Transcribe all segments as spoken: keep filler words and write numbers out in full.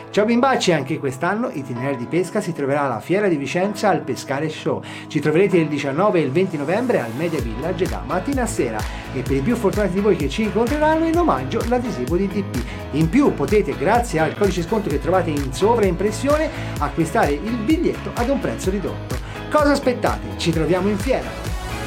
Ciao bimbacci, anche quest'anno Itinerari di Pesca si troverà alla Fiera di Vicenza al Pescare Show. Ci troverete il diciannove e il venti novembre al Media Village da mattina a sera e per i più fortunati di voi che ci incontreranno in omaggio l'adesivo di D P. In più potete, grazie al codice sconto che trovate in sovraimpressione, acquistare il biglietto ad un prezzo ridotto. Cosa aspettate? Ci troviamo in fiera!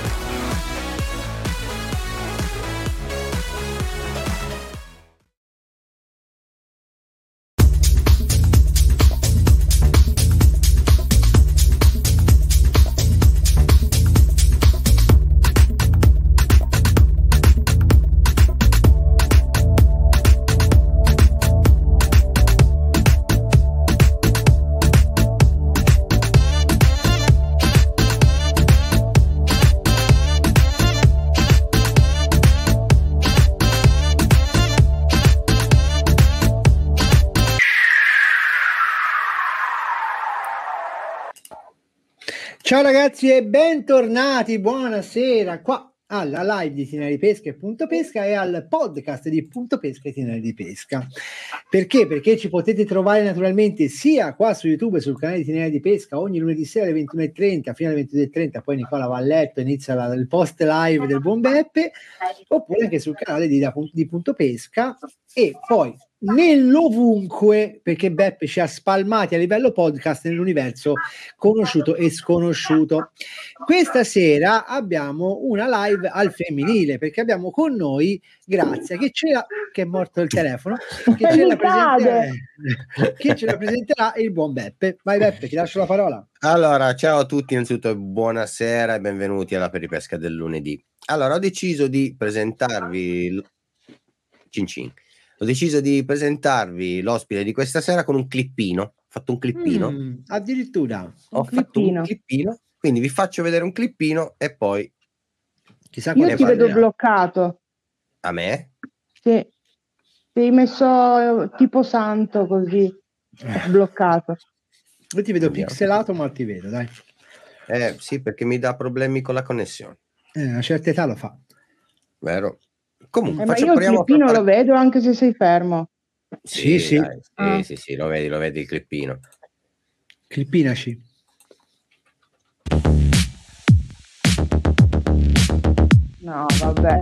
Ciao ragazzi e bentornati, buonasera qua alla live di Itinerari di Pesca e Punto Pesca e al podcast di Punto Pesca e Itinerari di Pesca. Perché? Perché ci potete trovare naturalmente sia qua su YouTube, sul canale di Itinerari di Pesca, ogni lunedì sera alle ventuno e trenta, fino alle ventidue e trenta, poi Nicola va a letto e inizia la, il post live del buon Beppe, oppure anche sul canale di, di Punto Pesca e poi nell'ovunque, perché Beppe ci ha spalmati a livello podcast nell'universo conosciuto e sconosciuto. Questa sera abbiamo una live al femminile perché abbiamo con noi Grazia che ce la, che è morto il telefono, che ce la presenterà, che ce la presenterà il buon Beppe. Vai Beppe, ti lascio la parola. Allora, ciao a tutti, innanzitutto buonasera e benvenuti alla Peripesca del lunedì. Allora, ho deciso di presentarvi cin cin. Ho deciso di presentarvi l'ospite di questa sera con un clippino. Ho fatto un clippino. Mm, addirittura. Ho un fatto clippino. un clippino, quindi vi faccio vedere un clippino e poi chissà io ti vedo bloccato. A me? Sì. Sei messo tipo santo così, bloccato. Io ti vedo pixelato, ma ti vedo, dai. Eh sì, perché mi dà problemi con la connessione. Eh, a una certa età lo fa. Vero? Comunque, Eh, ma faccio, io il clippino fare... lo vedo anche se sei fermo. Sì, sì, dai, sì, ah. sì, sì, lo vedi, lo vedi il clippino. Clippinaci. No, vabbè.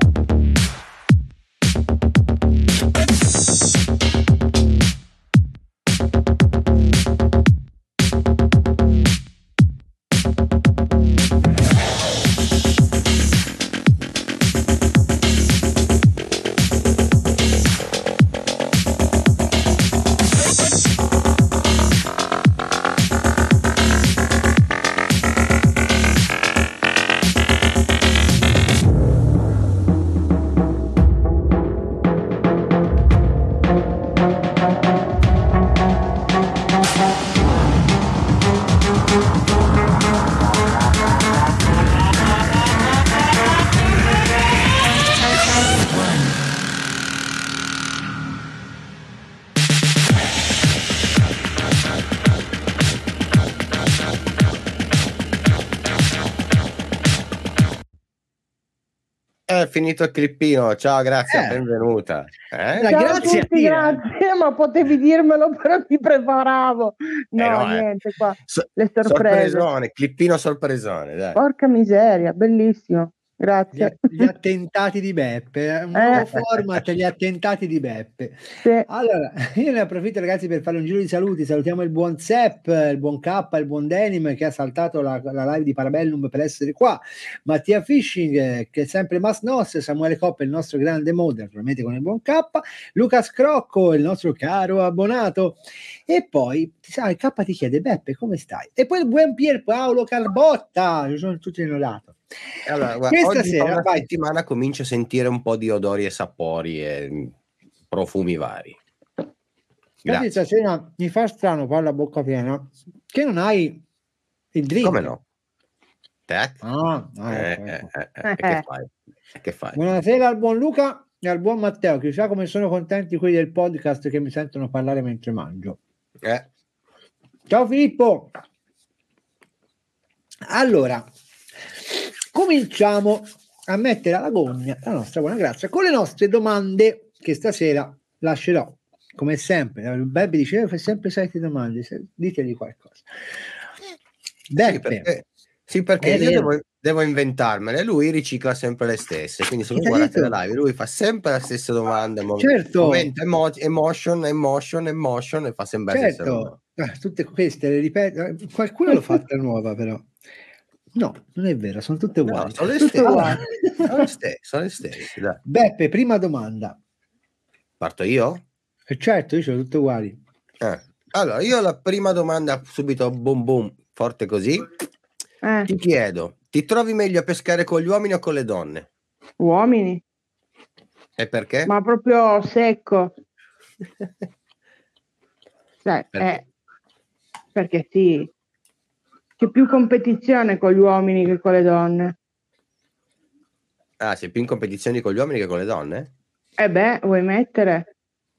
È finito il clippino, ciao, grazie, Eh. benvenuta. Eh? La Ciao grazie a a tutti, te, grazie, ma potevi dirmelo, però mi preparavo. No, Eh no, eh. niente qua, So- le sorprese. sorpresone, clippino sorpresone, dai. Porca miseria, bellissimo. Gli, Grazie. gli attentati di Beppe, un nuovo Eh. format, gli attentati di Beppe. Sì. Allora, io ne approfitto ragazzi per fare un giro di saluti, salutiamo il buon Sepp, il buon K, il buon Denim che ha saltato la, la live di Parabellum per essere qua, Mattia Fishing eh, che è sempre Mas Nos, Samuele Coppa il nostro grande modder, naturalmente con il buon K, Luca Scrocco il nostro caro abbonato e poi sai, K ti chiede Beppe come stai? E poi il buon Pierpaolo Carbotta, ci sono tutti innodato. Allora, guarda, Questa oggi sera una vai. settimana comincio a sentire un po' di odori e sapori e profumi vari. Grazie. Stasera mi fa strano, parla a bocca piena, che non hai il drink. Come no? Te? Ah, ah, eh, ecco, ecco. Eh, eh, eh, che fai? Che fai? Buonasera al buon Luca e al buon Matteo, chissà come sono contenti quelli del podcast che mi sentono parlare mentre mangio. Eh. Ciao Filippo. Allora, cominciamo a mettere alla gogna la nostra buona Grazia con le nostre domande che stasera lascerò come sempre. Beppe dice, fa sempre sette domande, diteli qualcosa. Beppe. Sì, perché, sì, perché io devo, devo inventarmele, lui ricicla sempre le stesse, quindi se voi guardate la live, lui fa sempre la stessa domanda, certo. momento, emo- emotion, emotion, emotion, e fa sempre certo. la stessa domanda. Ah, tutte queste le ripeto, qualcuno l'ha fatta nuova però. No, non è vero, sono tutte uguali. No, sono le tutte stesse, uguali. sono le stesse, sono le stesse, dai. Beppe, prima domanda. Parto io? Eh certo, io ce l'ho tutte uguali. Eh. Allora, io la prima domanda subito, boom boom, forte così. Eh. Ti chiedo, ti trovi meglio a pescare con gli uomini o con le donne? Uomini. E perché? Ma proprio secco. Cioè, perché? Eh, perché sì. C'è più competizione con gli uomini che con le donne. Ah, sei più in competizione con gli uomini che con le donne? Eh beh, vuoi mettere?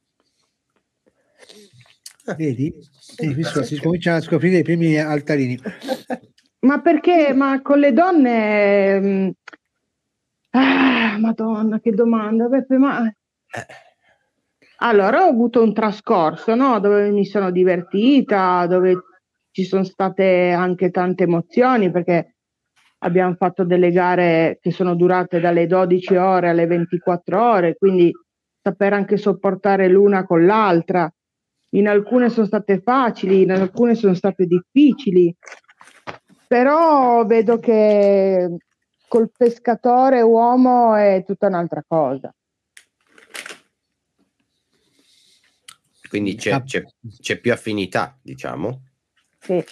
Vedi? Eh, si cominciano a scoprire i primi altarini. Ma perché? Ma con le donne... Mh, ah, Madonna, che domanda. Beppe, ma... Eh. Allora, ho avuto un trascorso, no? Dove mi sono divertita, dove ci sono state anche tante emozioni, perché abbiamo fatto delle gare che sono durate dalle dodici ore alle ventiquattro ore, quindi saper anche sopportare l'una con l'altra. In alcune sono state facili, in alcune sono state difficili, però vedo che col pescatore uomo è tutta un'altra cosa. Quindi c'è, c'è, c'è più affinità, diciamo. Sì.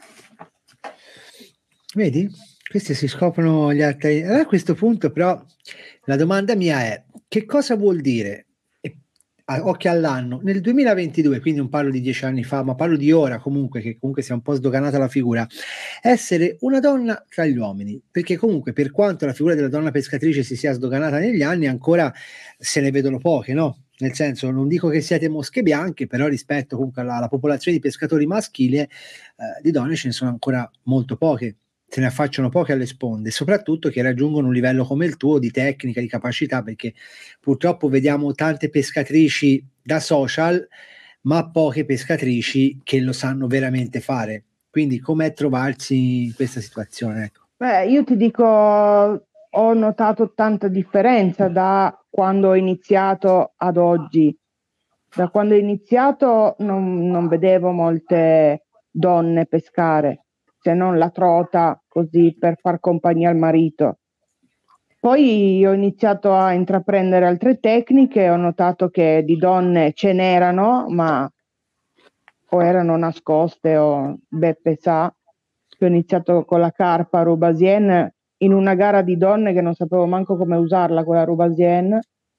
Vedi? Questi si scoprono gli altri. Allora, a questo punto, però, la domanda mia è: che cosa vuol dire, a occhio all'anno, nel duemilaventidue, quindi non parlo di dieci anni fa, ma parlo di ora comunque, che comunque si è un po' sdoganata la figura, essere una donna tra gli uomini? Perché comunque, per quanto la figura della donna pescatrice si sia sdoganata negli anni, ancora se ne vedono poche, no? Nel senso, non dico che siete mosche bianche, però rispetto comunque alla, alla popolazione di pescatori maschili, eh, di donne ce ne sono ancora molto poche, se ne affacciano poche alle sponde, soprattutto che raggiungono un livello come il tuo di tecnica, di capacità, perché purtroppo vediamo tante pescatrici da social, ma poche pescatrici che lo sanno veramente fare. Quindi com'è trovarsi in questa situazione? Ecco. Beh, io ti dico, ho notato tanta differenza da quando ho iniziato ad oggi. Da quando ho iniziato non, non vedevo molte donne pescare, se non la trota, così per far compagnia al marito. Poi ho iniziato a intraprendere altre tecniche, ho notato che di donne ce n'erano, ma o erano nascoste o Beppe sa. Ho iniziato con la carpa Rubasien in una gara di donne che non sapevo manco come usarla quella Rubasien,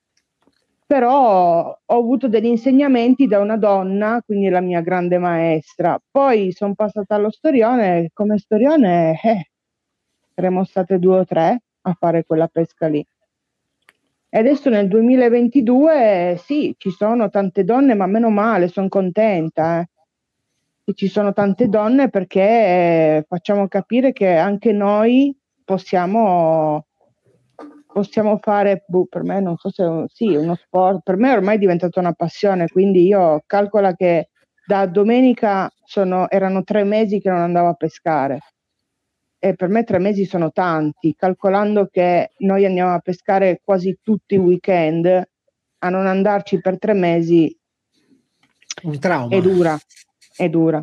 però ho avuto degli insegnamenti da una donna, quindi la mia grande maestra. Poi sono passata allo storione, come storione eh, saremmo state due o tre a fare quella pesca lì. E adesso nel duemilaventidue sì, ci sono tante donne, ma meno male, sono contenta eh. Ci sono tante donne perché facciamo capire che anche noi possiamo, possiamo fare, boh, per me non so se sì, uno sport, per me ormai è diventata una passione, quindi io calcola che da domenica sono, erano tre mesi che non andavo a pescare e per me tre mesi sono tanti, calcolando che noi andiamo a pescare quasi tutti i weekend, a non andarci per tre mesi un trauma. È dura. È dura.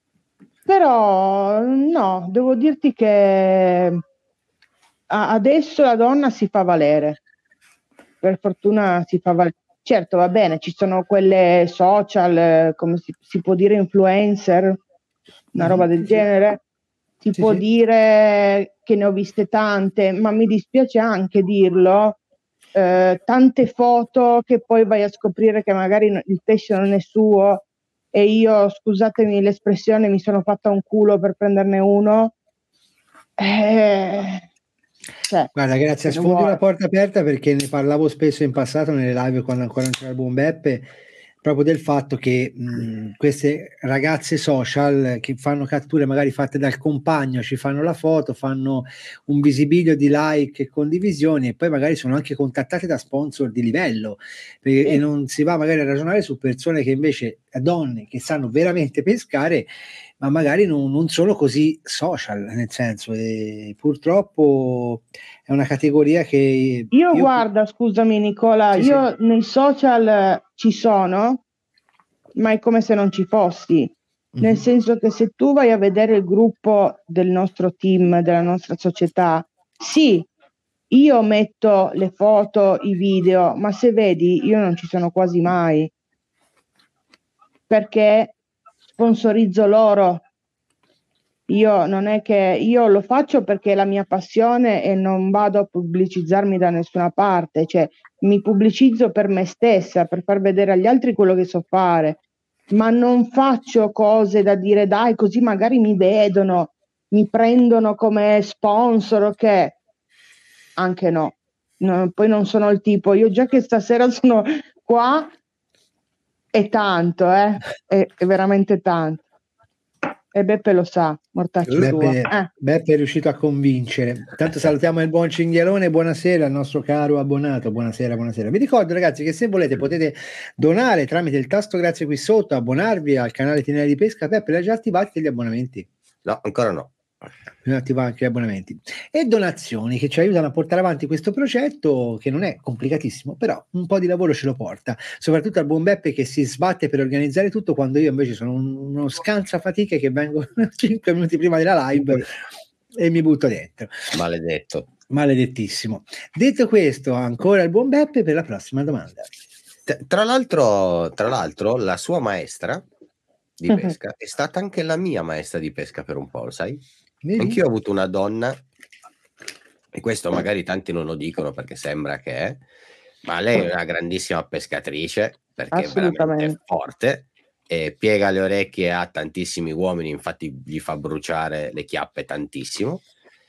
Però no, devo dirti che adesso la donna si fa valere. Per fortuna si fa valere. Certo, va bene, ci sono quelle social, come si, si può dire influencer, una Mm, roba del sì, genere. Si sì, può sì. dire che ne ho viste tante, ma mi dispiace anche dirlo. Eh, tante foto che poi vai a scoprire che magari il pesce non è suo e io, scusatemi l'espressione, mi sono fatta un culo per prenderne uno. Eh, cioè, Guarda, grazie, sfondi vuole. una porta aperta perché ne parlavo spesso in passato nelle live quando ancora non c'era il buon Beppe, proprio del fatto che mh, queste ragazze social che fanno catture magari fatte dal compagno, ci fanno la foto, fanno un visibilio di like e condivisioni e poi magari sono anche contattate da sponsor di livello e, e non si va magari a ragionare su persone che invece, donne che sanno veramente pescare, ma magari non, non sono così social, nel senso, e purtroppo è una categoria che io, io guarda, scusami Nicola, sì, io sì. nei social ci sono, ma è come se non ci fossi, mm-hmm. Nel senso che se tu vai a vedere il gruppo del nostro team, della nostra società, sì, io metto le foto, i video, ma se vedi io non ci sono quasi mai, perché sponsorizzo loro. Io non è che io lo faccio perché è la mia passione e non vado a pubblicizzarmi da nessuna parte, cioè mi pubblicizzo per me stessa, per far vedere agli altri quello che so fare, ma non faccio cose da dire dai così magari mi vedono, mi prendono come sponsor, ok? Anche no. No, poi non sono il tipo, io già che stasera sono qua è tanto, eh? È, è veramente tanto. E Beppe lo sa, mortacci Beppe, tua. Eh. Beppe è riuscito a convincere. Tanto salutiamo il buon Cinghialone, buonasera al nostro caro abbonato, buonasera, buonasera. Vi ricordo ragazzi che se volete potete donare tramite il tasto grazie qui sotto, abbonarvi al canale Tinelli di Pesca. Beppe, l'hai già attivati gli abbonamenti? No, ancora no. Bisogna attivare anche gli abbonamenti e donazioni che ci aiutano a portare avanti questo progetto che non è complicatissimo, però un po' di lavoro ce lo porta, soprattutto al buon Beppe che si sbatte per organizzare tutto quando io invece sono uno scansafatiche che vengo cinque minuti prima della live e mi butto dentro. Maledetto. Maledettissimo. Detto questo, ancora il buon Beppe per la prossima domanda. Tra l'altro, tra l'altro la sua maestra di pesca è stata anche la mia maestra di pesca per un po', lo sai? Vedi? Anch'io ho avuto una donna, e questo magari tanti non lo dicono perché sembra che è, ma lei è una grandissima pescatrice perché è veramente forte e piega le orecchie a tantissimi uomini, infatti gli fa bruciare le chiappe tantissimo.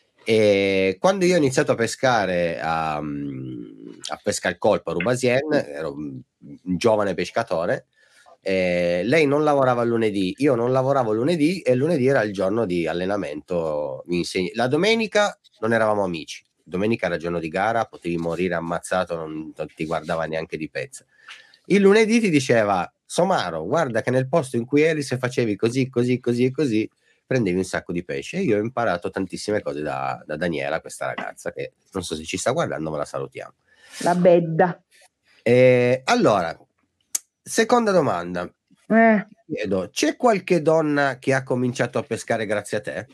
E quando io ho iniziato a pescare a, a pesca al colpo a Rubasien, ero un, un giovane pescatore. Eh, lei non lavorava il lunedì, io non lavoravo il lunedì e il lunedì era il giorno di allenamento. Mi insegni... La domenica non eravamo amici, domenica era giorno di gara, potevi morire ammazzato, non, non ti guardava neanche di pezza. Il lunedì ti diceva: Somaro, guarda che nel posto in cui eri, se facevi così, così, così e così, prendevi un sacco di pesce. E io ho imparato tantissime cose da, da Daniela, questa ragazza che non so se ci sta guardando, ma la salutiamo. La bedda. Eh, allora, seconda domanda. Eh. Chiedo, c'è qualche donna che ha cominciato a pescare grazie a te?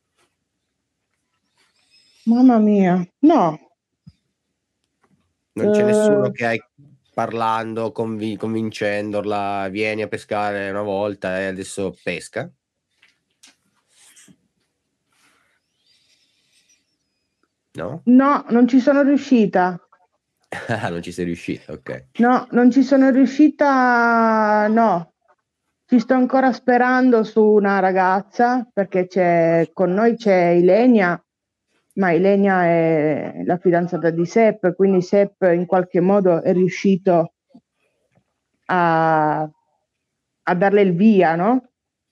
Mamma mia, no. Non c'è uh... nessuno che hai parlando, convin- convincendola, vieni a pescare una volta e adesso pesca? No? No, non ci sono riuscita. Non ci sei riuscita, ok. No, non ci sono riuscita, no. Ci sto ancora sperando su una ragazza, perché c'è con noi c'è Ilenia, ma Ilenia è la fidanzata di Sepp, quindi Sepp in qualche modo è riuscito a, a darle il via, no?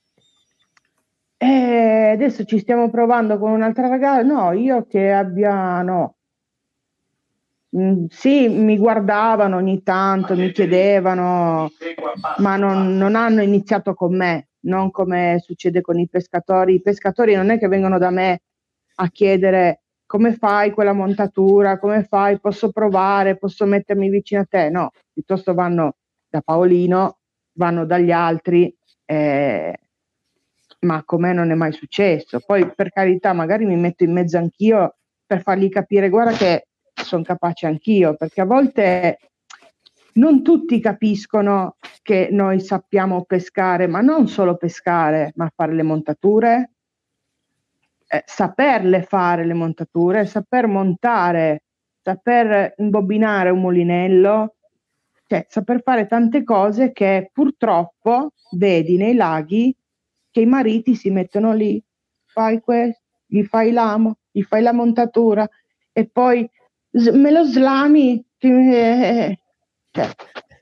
E adesso ci stiamo provando con un'altra ragazza. No, io che abbia, no. Mm, sì, mi guardavano ogni tanto, mi chiedevano, ma non, non hanno iniziato con me, non come succede con i pescatori. I pescatori non è che vengono da me a chiedere come fai quella montatura, come fai, posso provare, posso mettermi vicino a te. No, piuttosto vanno da Paolino, vanno dagli altri, eh, ma con me non è mai successo. Poi per carità magari mi metto in mezzo anch'io per fargli capire guarda che sono capace anch'io, perché a volte non tutti capiscono che noi sappiamo pescare, ma non solo pescare, ma fare le montature, eh, saperle fare le montature, saper montare, saper imbobinare un mulinello, cioè saper fare tante cose che purtroppo vedi nei laghi che i mariti si mettono lì, fai questo, gli fai l'amo, gli fai la montatura e poi me lo slami, cioè,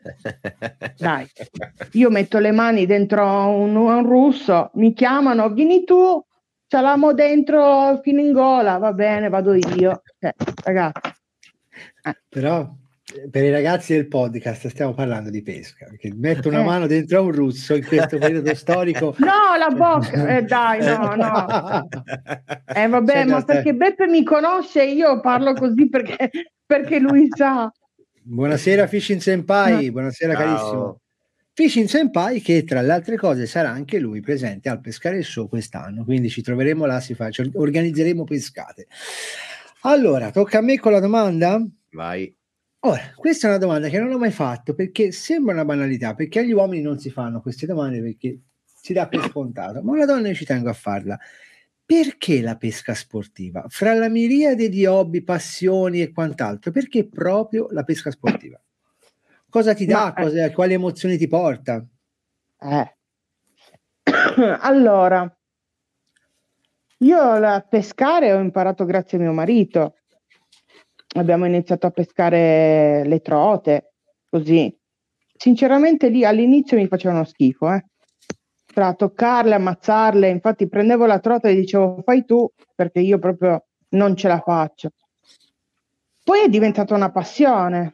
Dai, io metto le mani dentro un, un russo, mi chiamano, vieni tu, ce l'amo dentro fino in gola, va bene, vado io. Eh, ragazzi. Eh. Però per i ragazzi del podcast stiamo parlando di pesca, perché metto una Eh. mano dentro a un russo in questo periodo storico. No, la bocca, eh, dai, no, no. Eh vabbè, C'è ma da- perché Beppe mi conosce, io parlo così perché, perché lui sa. Buonasera Fishing Senpai, buonasera Ciao. carissimo. Fishing Senpai che tra le altre cose sarà anche lui presente al Pescare Show quest'anno, quindi ci troveremo là, si fa, ci organizzeremo pescate. Allora, tocca a me con la domanda? Vai. Ora, questa è una domanda che non ho mai fatto perché sembra una banalità, perché agli uomini non si fanno queste domande perché si dà per scontato, ma una donna io ci tengo a farla. Perché la pesca sportiva? Fra la miriade di hobby, passioni e quant'altro, perché proprio la pesca sportiva? Cosa ti dà? Ma, eh. Cosa, quali emozioni ti porta? Eh. Allora, io a pescare ho imparato grazie a mio marito. Abbiamo iniziato a pescare le trote, così. Sinceramente lì all'inizio mi facevano schifo, eh. Tra toccarle, ammazzarle, infatti prendevo la trota e dicevo fai tu, perché io proprio non ce la faccio. Poi è diventata una passione.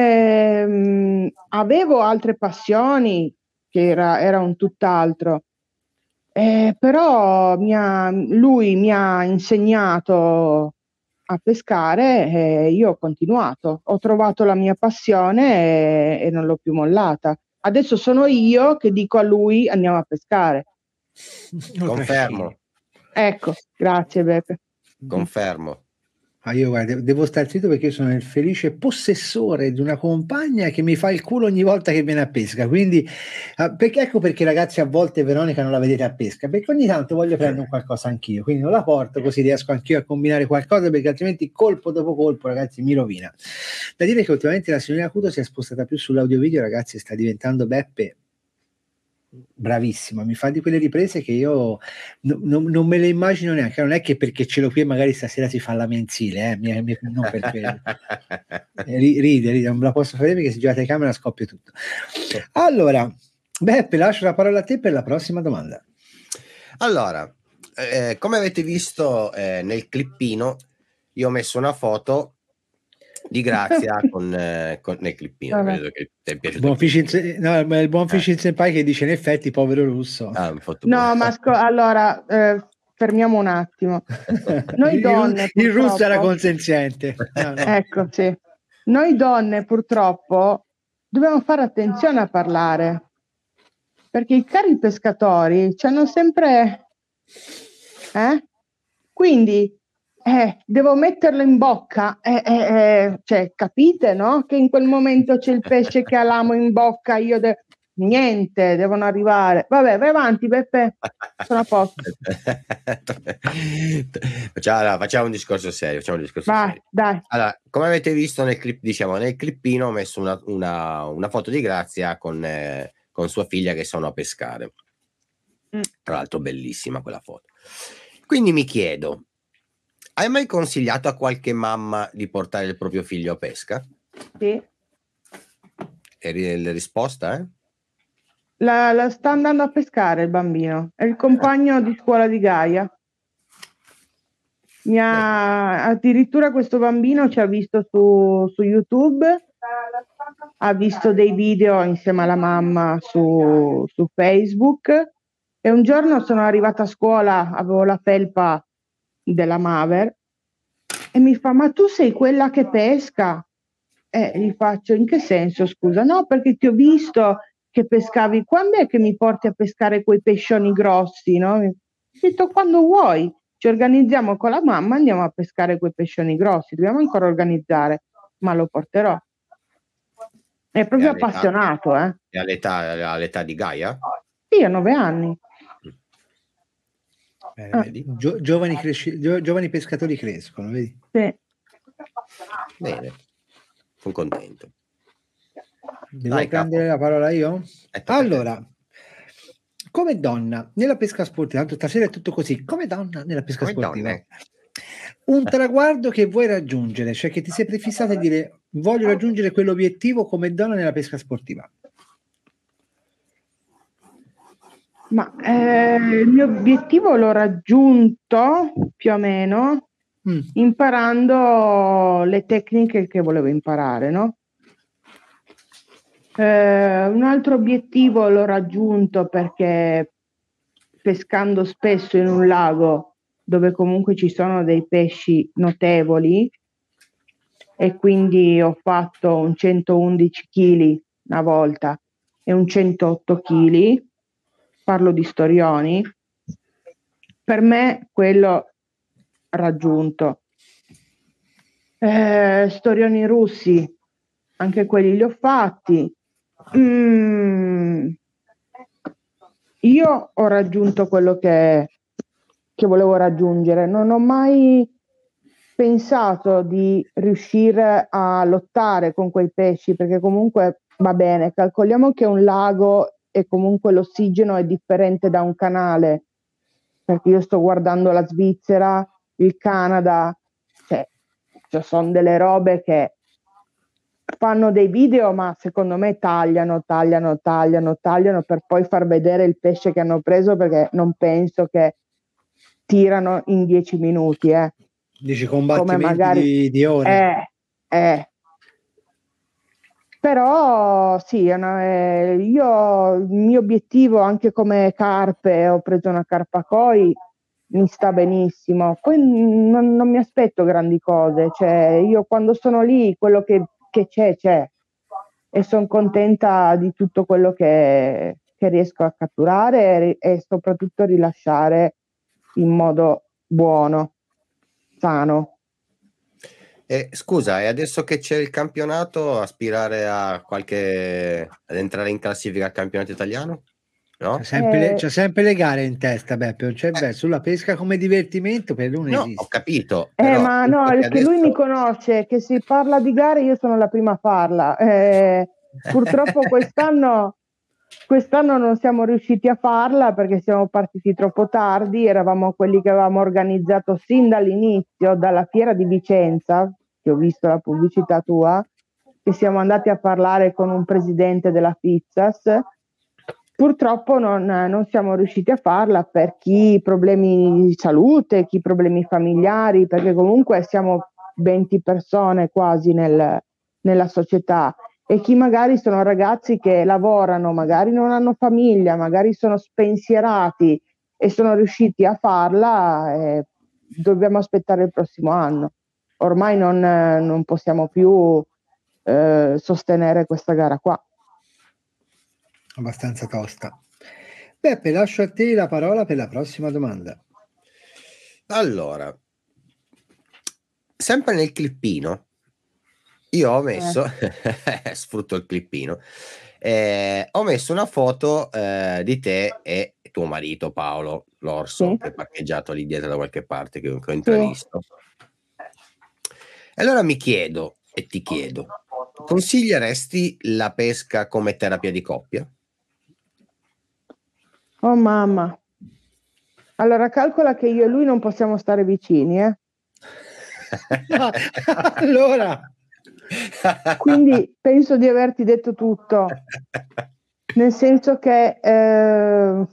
Ehm, avevo altre passioni, che era, era un tutt'altro. Eh, però mi ha, lui mi ha insegnato a pescare e io ho continuato, ho trovato la mia passione e, e non l'ho più mollata. Adesso sono io che dico a lui andiamo a pescare. Confermo. Ecco, grazie Beppe. Confermo. Ah, io guarda, devo stare zitto perché io sono il felice possessore di una compagna che mi fa il culo ogni volta che viene a pesca, quindi uh, perché, ecco perché ragazzi a volte Veronica non la vedete a pesca, perché ogni tanto voglio prendere un qualcosa anch'io, quindi non la porto così riesco anch'io a combinare qualcosa, perché altrimenti colpo dopo colpo ragazzi mi rovina. Da dire che ultimamente la signorina Acuto si è spostata più sull'audio video, ragazzi, sta diventando Beppe bravissima, mi fa di quelle riprese che io no, no, non me le immagino neanche, non è che perché ce l'ho qui e magari stasera si fa la mensile, eh, mi, mi, non per quello. Eh, ride, ride, non me la posso fare perché se gira la telecamera scoppia tutto. Allora, Beppe, lascio la parola a te per la prossima domanda. Allora, eh, come avete visto eh, nel clippino, io ho messo una foto di Grazia con, eh, con nel clippino. Vabbè. Vedo che ti è piaciuto. Buon il fishing, no, ma il buon Eh. fishing senpai che dice in effetti povero russo. Ah, mi ha fatto No, bene. ma sco- allora eh, fermiamo un attimo. Noi il, donne, il russo era purtroppo- consenziente. No, no. Ecco, sì. Noi donne purtroppo dobbiamo fare attenzione a parlare, perché i cari pescatori c'hanno sempre... Eh? Quindi eh, devo metterlo in bocca, eh, eh, eh, cioè capite, no? Che in quel momento c'è il pesce che ha l'amo in bocca, io de- niente, devono arrivare. Vabbè, vai avanti, Beppe, sono a posto. facciamo, facciamo un discorso serio. Facciamo un discorso Vai, serio. dai. Allora, come avete visto nel clip, diciamo, nel clippino ho messo una, una, una foto di Grazia con, eh, con sua figlia che sono a pescare. Mm. Tra l'altro bellissima quella foto. Quindi mi chiedo, hai mai consigliato a qualche mamma di portare il proprio figlio a pesca? Sì. E la risposta è? La, la sta andando a pescare il bambino, è il compagno di scuola di Gaia. Mi ha, addirittura questo bambino ci ha visto su, su YouTube, ha visto dei video insieme alla mamma su, su Facebook e un giorno sono arrivata a scuola, avevo la felpa della Maver e mi fa: ma tu sei quella che pesca? E gli faccio: in che senso, scusa? No, perché ti ho visto che pescavi, quando è che mi porti a pescare quei pescioni grossi, no? Ho detto: quando vuoi, ci organizziamo con la mamma, andiamo a pescare quei pescioni grossi, dobbiamo ancora organizzare, ma lo porterò. È proprio E all'età- appassionato, eh? E all'età, all'età di Gaia? Sì, ha nove anni. Bene, Ah. vedi? Gio- giovani, cresci- gio- giovani pescatori crescono, vedi? Sì. Bene, sono contento. Devo Dai, prendere capo. la parola io? Eh, tocca a te. Allora, come donna nella pesca sportiva, tanto stasera è tutto così, come donna nella pesca Come sportiva, donne. un traguardo che vuoi raggiungere, cioè che ti sei prefissato e dire Voglio raggiungere quell'obiettivo come donna nella pesca sportiva. Ma eh, il mio obiettivo l'ho raggiunto più o meno mm. imparando le tecniche che volevo imparare, no? Eh, un altro obiettivo l'ho raggiunto perché pescando spesso in un lago dove comunque ci sono dei pesci notevoli e quindi ho fatto un centoundici chili una volta e un centootto chili, parlo di storioni, per me quello raggiunto. Eh, storioni russi, anche quelli li ho fatti. Mm, io ho raggiunto quello che, che volevo raggiungere, non ho mai pensato di riuscire a lottare con quei pesci, perché comunque va bene, calcoliamo che un lago e comunque l'ossigeno è differente da un canale, perché io sto guardando la Svizzera, il Canada, cioè, cioè sono delle robe che fanno dei video, ma secondo me tagliano, tagliano, tagliano, tagliano per poi far vedere il pesce che hanno preso, perché non penso che tirano in dieci minuti, eh. Dici combattimenti come magari, di, di ore. Eh, eh. Però sì, è una, eh, io il mio obiettivo anche come carpe, ho preso una carpa koi, mi sta benissimo. Poi non, non mi aspetto grandi cose, cioè io quando sono lì quello che, che c'è c'è e sono contenta di tutto quello che, che riesco a catturare e, e soprattutto rilasciare in modo buono, sano. Eh, scusa, e adesso che c'è il campionato, aspirare a qualche ad entrare in classifica al campionato italiano? No? C'è sempre, Eh, c'è sempre le gare in testa, Beppe, non c'è Eh. beh, sulla pesca come divertimento per lui non No, esiste. ho capito. Eh, Però ma no, che il che lui adesso... mi conosce, che si parla di gare, io sono la prima a farla. Eh, purtroppo quest'anno, quest'anno non siamo riusciti a farla perché siamo partiti troppo tardi, eravamo quelli che avevamo organizzato sin dall'inizio, dalla fiera di Vicenza, che ho visto la pubblicità tua, che siamo andati a parlare con un presidente della Fizzas. Purtroppo non, non siamo riusciti a farla per chi problemi di salute, chi problemi familiari, perché comunque siamo venti persone quasi nel, nella società e chi magari sono ragazzi che lavorano, magari non hanno famiglia, magari sono spensierati e sono riusciti a farla, eh, dobbiamo aspettare il prossimo anno. Ormai non, non possiamo più eh, sostenere questa gara qua. Abbastanza tosta. Beppe, lascio a te la parola per la prossima domanda. Allora, sempre nel clippino, io ho messo, eh. sfrutto il clippino, eh, ho messo una foto eh, di te e tuo marito Paolo L'Orso, sì, che è parcheggiato lì dietro da qualche parte, che, che ho intravisto. Sì. E allora mi chiedo, e ti chiedo, consiglieresti la pesca come terapia di coppia? Oh mamma. Allora calcola che io e lui non possiamo stare vicini, eh? Allora. Quindi penso di averti detto tutto. Nel senso che eh,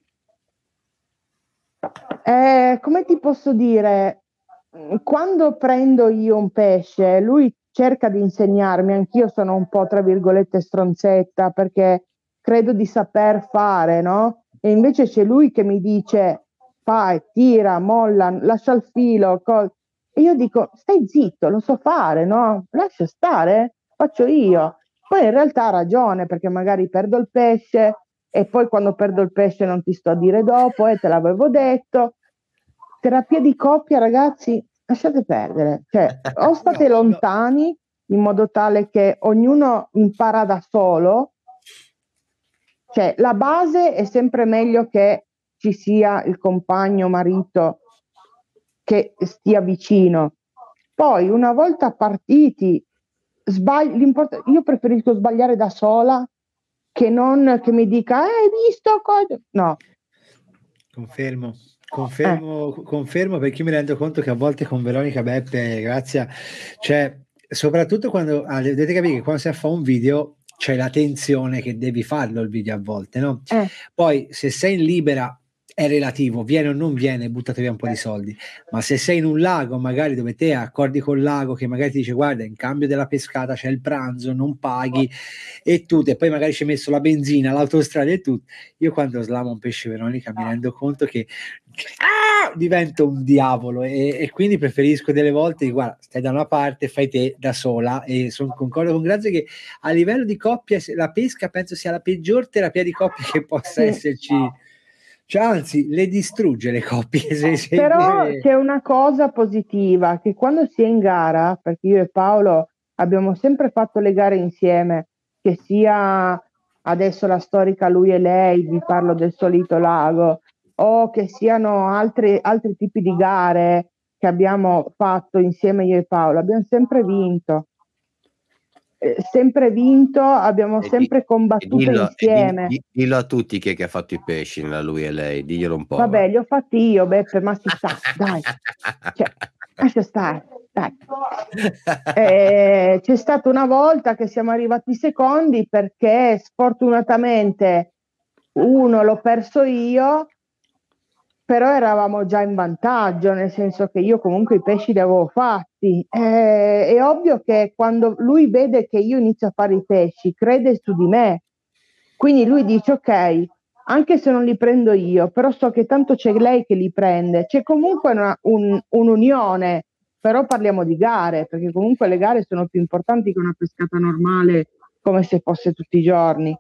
eh, come ti posso dire? Quando prendo io un pesce, lui cerca di insegnarmi, anch'io sono un po' tra virgolette stronzetta perché credo di saper fare, no? E invece c'è lui che mi dice fai, tira, molla, lascia il filo, co- e io dico stai zitto, lo so fare, no? Lascia stare, faccio io. Poi in realtà ha ragione perché magari perdo il pesce e poi quando perdo il pesce non ti sto a dire dopo, e eh, te l'avevo detto. Terapia di coppia, ragazzi, lasciate perdere, cioè o state no, lontani no. in modo tale che ognuno impara da solo, cioè la base è sempre meglio che ci sia il compagno, marito che stia vicino. Poi una volta partiti, sbagli, io preferisco sbagliare da sola che non che mi dica hai visto cosa? No. Confermo. Confermo, eh. confermo perché mi rendo conto che a volte con Veronica Beppe, grazie, cioè soprattutto quando ah, dovete capire che quando si fa un video c'è la tensione che devi farlo il video a volte, no? Eh. Poi se sei in libera è relativo, viene o non viene, buttate via un po' di soldi, ma se sei in un lago magari dove te accordi col lago che magari ti dice guarda in cambio della pescata c'è il pranzo, non paghi e tutto, e poi magari ci hai messo la benzina, l'autostrada e tutto, io quando slamo un pesce, Veronica, mi rendo conto che ah, divento un diavolo e, e quindi preferisco delle volte guarda stai da una parte, fai te da sola, e sono concordo con Grazia che a livello di coppia la pesca penso sia la peggior terapia di coppia che possa Sì. esserci, cioè anzi le distrugge le coppie se, se Però deve... c'è una cosa positiva, che quando si è in gara, perché io e Paolo abbiamo sempre fatto le gare insieme, che sia adesso la storica lui e lei, vi parlo del Solito Lago, o che siano altri, altri tipi di gare che abbiamo fatto insieme io e Paolo, abbiamo sempre vinto. Eh, sempre vinto, abbiamo E sempre di- combattuto e dillo, e di- insieme. di- dillo a tutti chi è che ha fatto i pesci nella lui e lei, diglielo un po'. Vabbè, va. li ho fatti io, Beppe, ma si sta, dai. Cioè, lascia stare, dai. Eh, c'è stata una volta che siamo arrivati secondi perché sfortunatamente uno l'ho perso io, però eravamo già in vantaggio, nel senso che io comunque i pesci li avevo fatti. Eh, è ovvio che quando lui vede che io inizio a fare i pesci, crede su di me. Quindi lui dice ok, anche se non li prendo io, però so che tanto c'è lei che li prende. C'è comunque una, un, un'unione, però parliamo di gare, perché comunque le gare sono più importanti che una pescata normale, come se fosse tutti i giorni.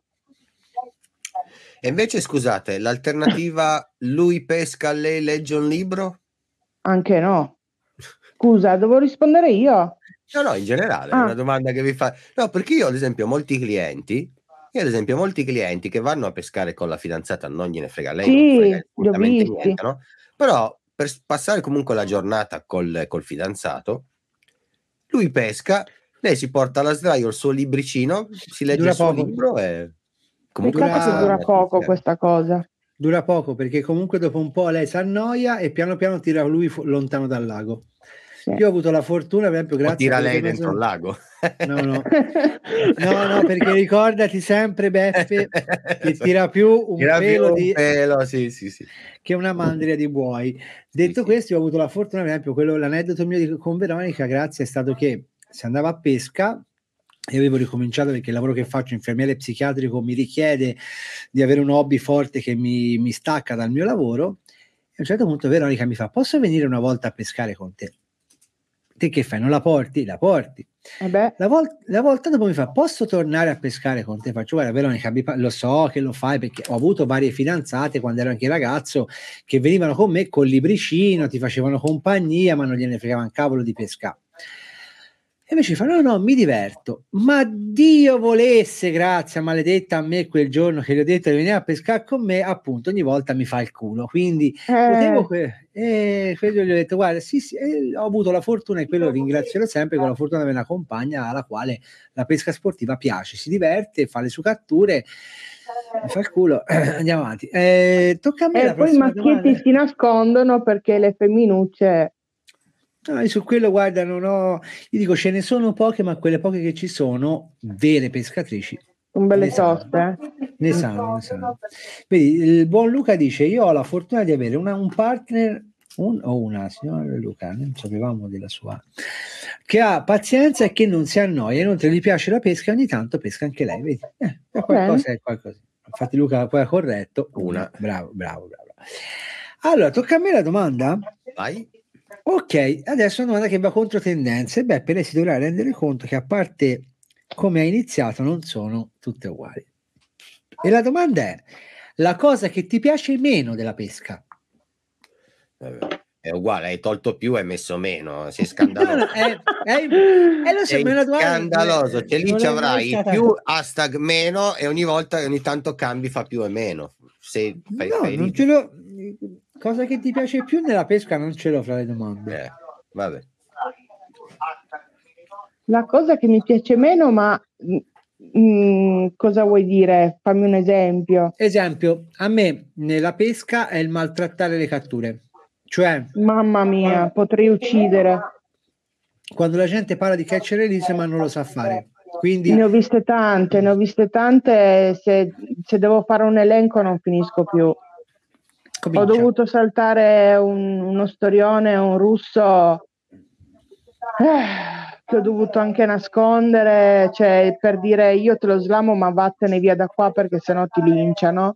E invece scusate, l'alternativa lui pesca, lei legge un libro? Anche no. Scusa, devo rispondere io? No, no, in generale, è Ah. una domanda che vi fa. No, perché io ad esempio ho molti clienti, io ad esempio ho molti clienti che vanno a pescare con la fidanzata, non gliene frega lei, Sì, non frega li ho assolutamente visti. niente, no? Però per passare comunque la giornata col, col fidanzato, lui pesca, lei si porta alla sdraio il suo libricino, si legge Dura il suo poco. libro e comunque Peccato Dura- che dura poco questa cosa. Dura poco perché comunque dopo un po' lei si annoia e piano piano tira lui fu- lontano dal lago. Sì. Io ho avuto la fortuna, per esempio, o grazie tira a quello lei che mi ha dentro il lago. No, no. No, no, perché ricordati sempre, Beppe, che tira più un Tira più pelo un di... pelo, sì, sì, sì. che una mandria di buoi. Detto sì. questo, io ho avuto la fortuna, per esempio, quello, l'aneddoto mio di, con Veronica, grazie, è stato che si andava a pesca e avevo ricominciato perché il lavoro che faccio, infermiere psichiatrico, mi richiede di avere un hobby forte che mi, mi stacca dal mio lavoro. E a un certo punto Veronica mi fa: posso venire una volta a pescare con te? Te che fai? Non la porti? La porti. Vabbè. La, vol- la volta dopo mi fa: posso tornare a pescare con te? Faccio: guarda Veronica, mi pa- lo so che lo fai perché ho avuto varie fidanzate quando ero anche ragazzo che venivano con me col libricino, ti facevano compagnia, ma non gliene fregava un cavolo di pescare. E invece fa: no, no, mi diverto. Ma Dio volesse, grazia maledetta a me quel giorno che gli ho detto di venire a pescare con me, appunto, ogni volta mi fa il culo. Quindi Eh. potevo que- e quello gli ho detto: guarda, sì, sì, eh, ho avuto la fortuna, e quello ringrazierò sempre, con la fortuna di avere una compagna alla quale la pesca sportiva piace, si diverte, fa le sue catture, mi fa il culo. Andiamo avanti. Eh, tocca a me E la poi i prossima maschietti domanda. si nascondono perché le femminucce... No, io su quello, guarda, non ho. Io dico, ce ne sono poche, ma quelle poche che ci sono, vere pescatrici, Sono belle ne sanno, toste, eh? ne sanno, ne sanno. Vedi, il buon Luca dice: io ho la fortuna di avere una, un partner, un, o una, signora Luca, non sapevamo della sua, che ha pazienza e che non si annoia, inoltre gli piace la pesca, ogni tanto pesca anche lei, vedi? Eh, è qualcosa, è qualcosa. Infatti Luca poi ha corretto, una, bravo, bravo, bravo. Allora, tocca a me la domanda? Vai. Ok, adesso è una domanda che va contro tendenze. Beh, per lei si dovrà rendere conto che, a parte come ha iniziato, non sono tutte uguali. E la domanda è: la cosa che ti piace meno della pesca? È uguale, hai tolto più e hai messo meno, sei scandaloso. No, no, è, è, è, lo so, sei una domanda, scandaloso, cioè lì non ci è mai avrai stata... più hashtag meno e ogni volta, ogni tanto cambi, fa più e meno. Se fai, No, fai non ridere. ce l'ho. Cosa che ti piace più nella pesca non ce l'ho fra le domande. Eh, vabbè. La cosa che mi piace meno, ma mh, cosa vuoi dire? Fammi un esempio. Esempio, a me nella pesca è il maltrattare le catture. Cioè, mamma mia, potrei uccidere. quando la gente parla di catch and release ma non lo sa fare. Quindi ne ho viste tante, ne ho viste tante, se, se devo fare un elenco non finisco più. Comincia. Ho dovuto saltare un, uno storione, un russo eh, che ho dovuto anche nascondere, cioè per dire io te lo slamo ma vattene via da qua perché sennò ti linciano,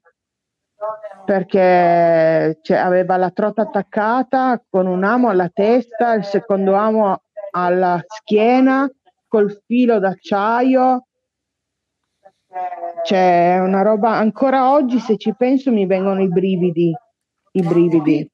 perché cioè, aveva la trota attaccata con un amo alla testa, il secondo amo alla schiena col filo d'acciaio, cioè una roba, ancora oggi se ci penso mi vengono i brividi, i brividi.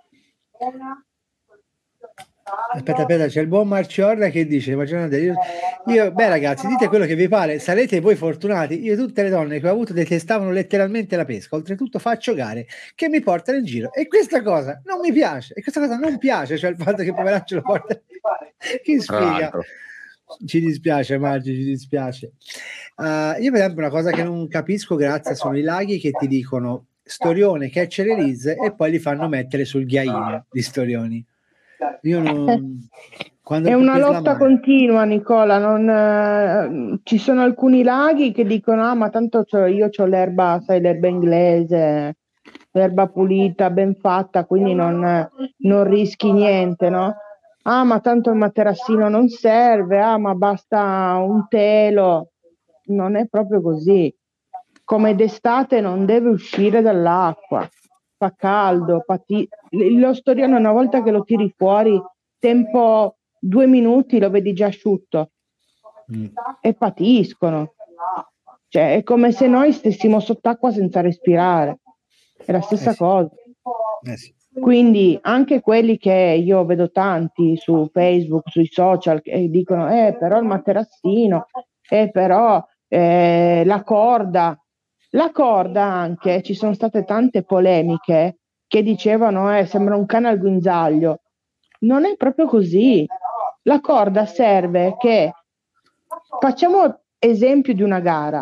Aspetta, aspetta, c'è il buon Marciorda che dice: io, io, beh ragazzi, dite quello che vi pare, sarete voi fortunati. Io tutte le donne che ho avuto detestavano letteralmente la pesca. Oltretutto faccio gare che mi portano in giro e questa cosa non mi piace, e questa cosa non piace, cioè il fatto che poveraccio lo porta. Che sfiga. Ci dispiace Margi, ci dispiace. Uh, io per esempio una cosa che non capisco, grazie, sono i laghi che ti dicono storione, catch and release e poi li fanno mettere sul ghiaino di storioni. Io non... Quando è una lotta continua, Nicola. Non, eh, ci sono alcuni laghi che dicono: ah, ma tanto c'ho, io ho l'erba, sai, l'erba inglese, l'erba pulita, ben fatta, quindi non, non rischi niente, no? Ah, ma tanto il materassino non serve, ah, ma basta un telo. Non è proprio così. Come d'estate non deve uscire dall'acqua. Fa caldo, pati- lo storione una volta che lo tiri fuori, tempo due minuti lo vedi già asciutto mm. e patiscono, cioè è come se noi stessimo sott'acqua senza respirare, è la stessa eh sì. cosa eh sì. Quindi anche quelli che io vedo tanti su Facebook, sui social, che dicono eh però il materassino, eh però eh, la corda La corda anche, ci sono state tante polemiche che dicevano eh, sembra un cane al guinzaglio. Non è proprio così. La corda serve che, facciamo esempio di una gara.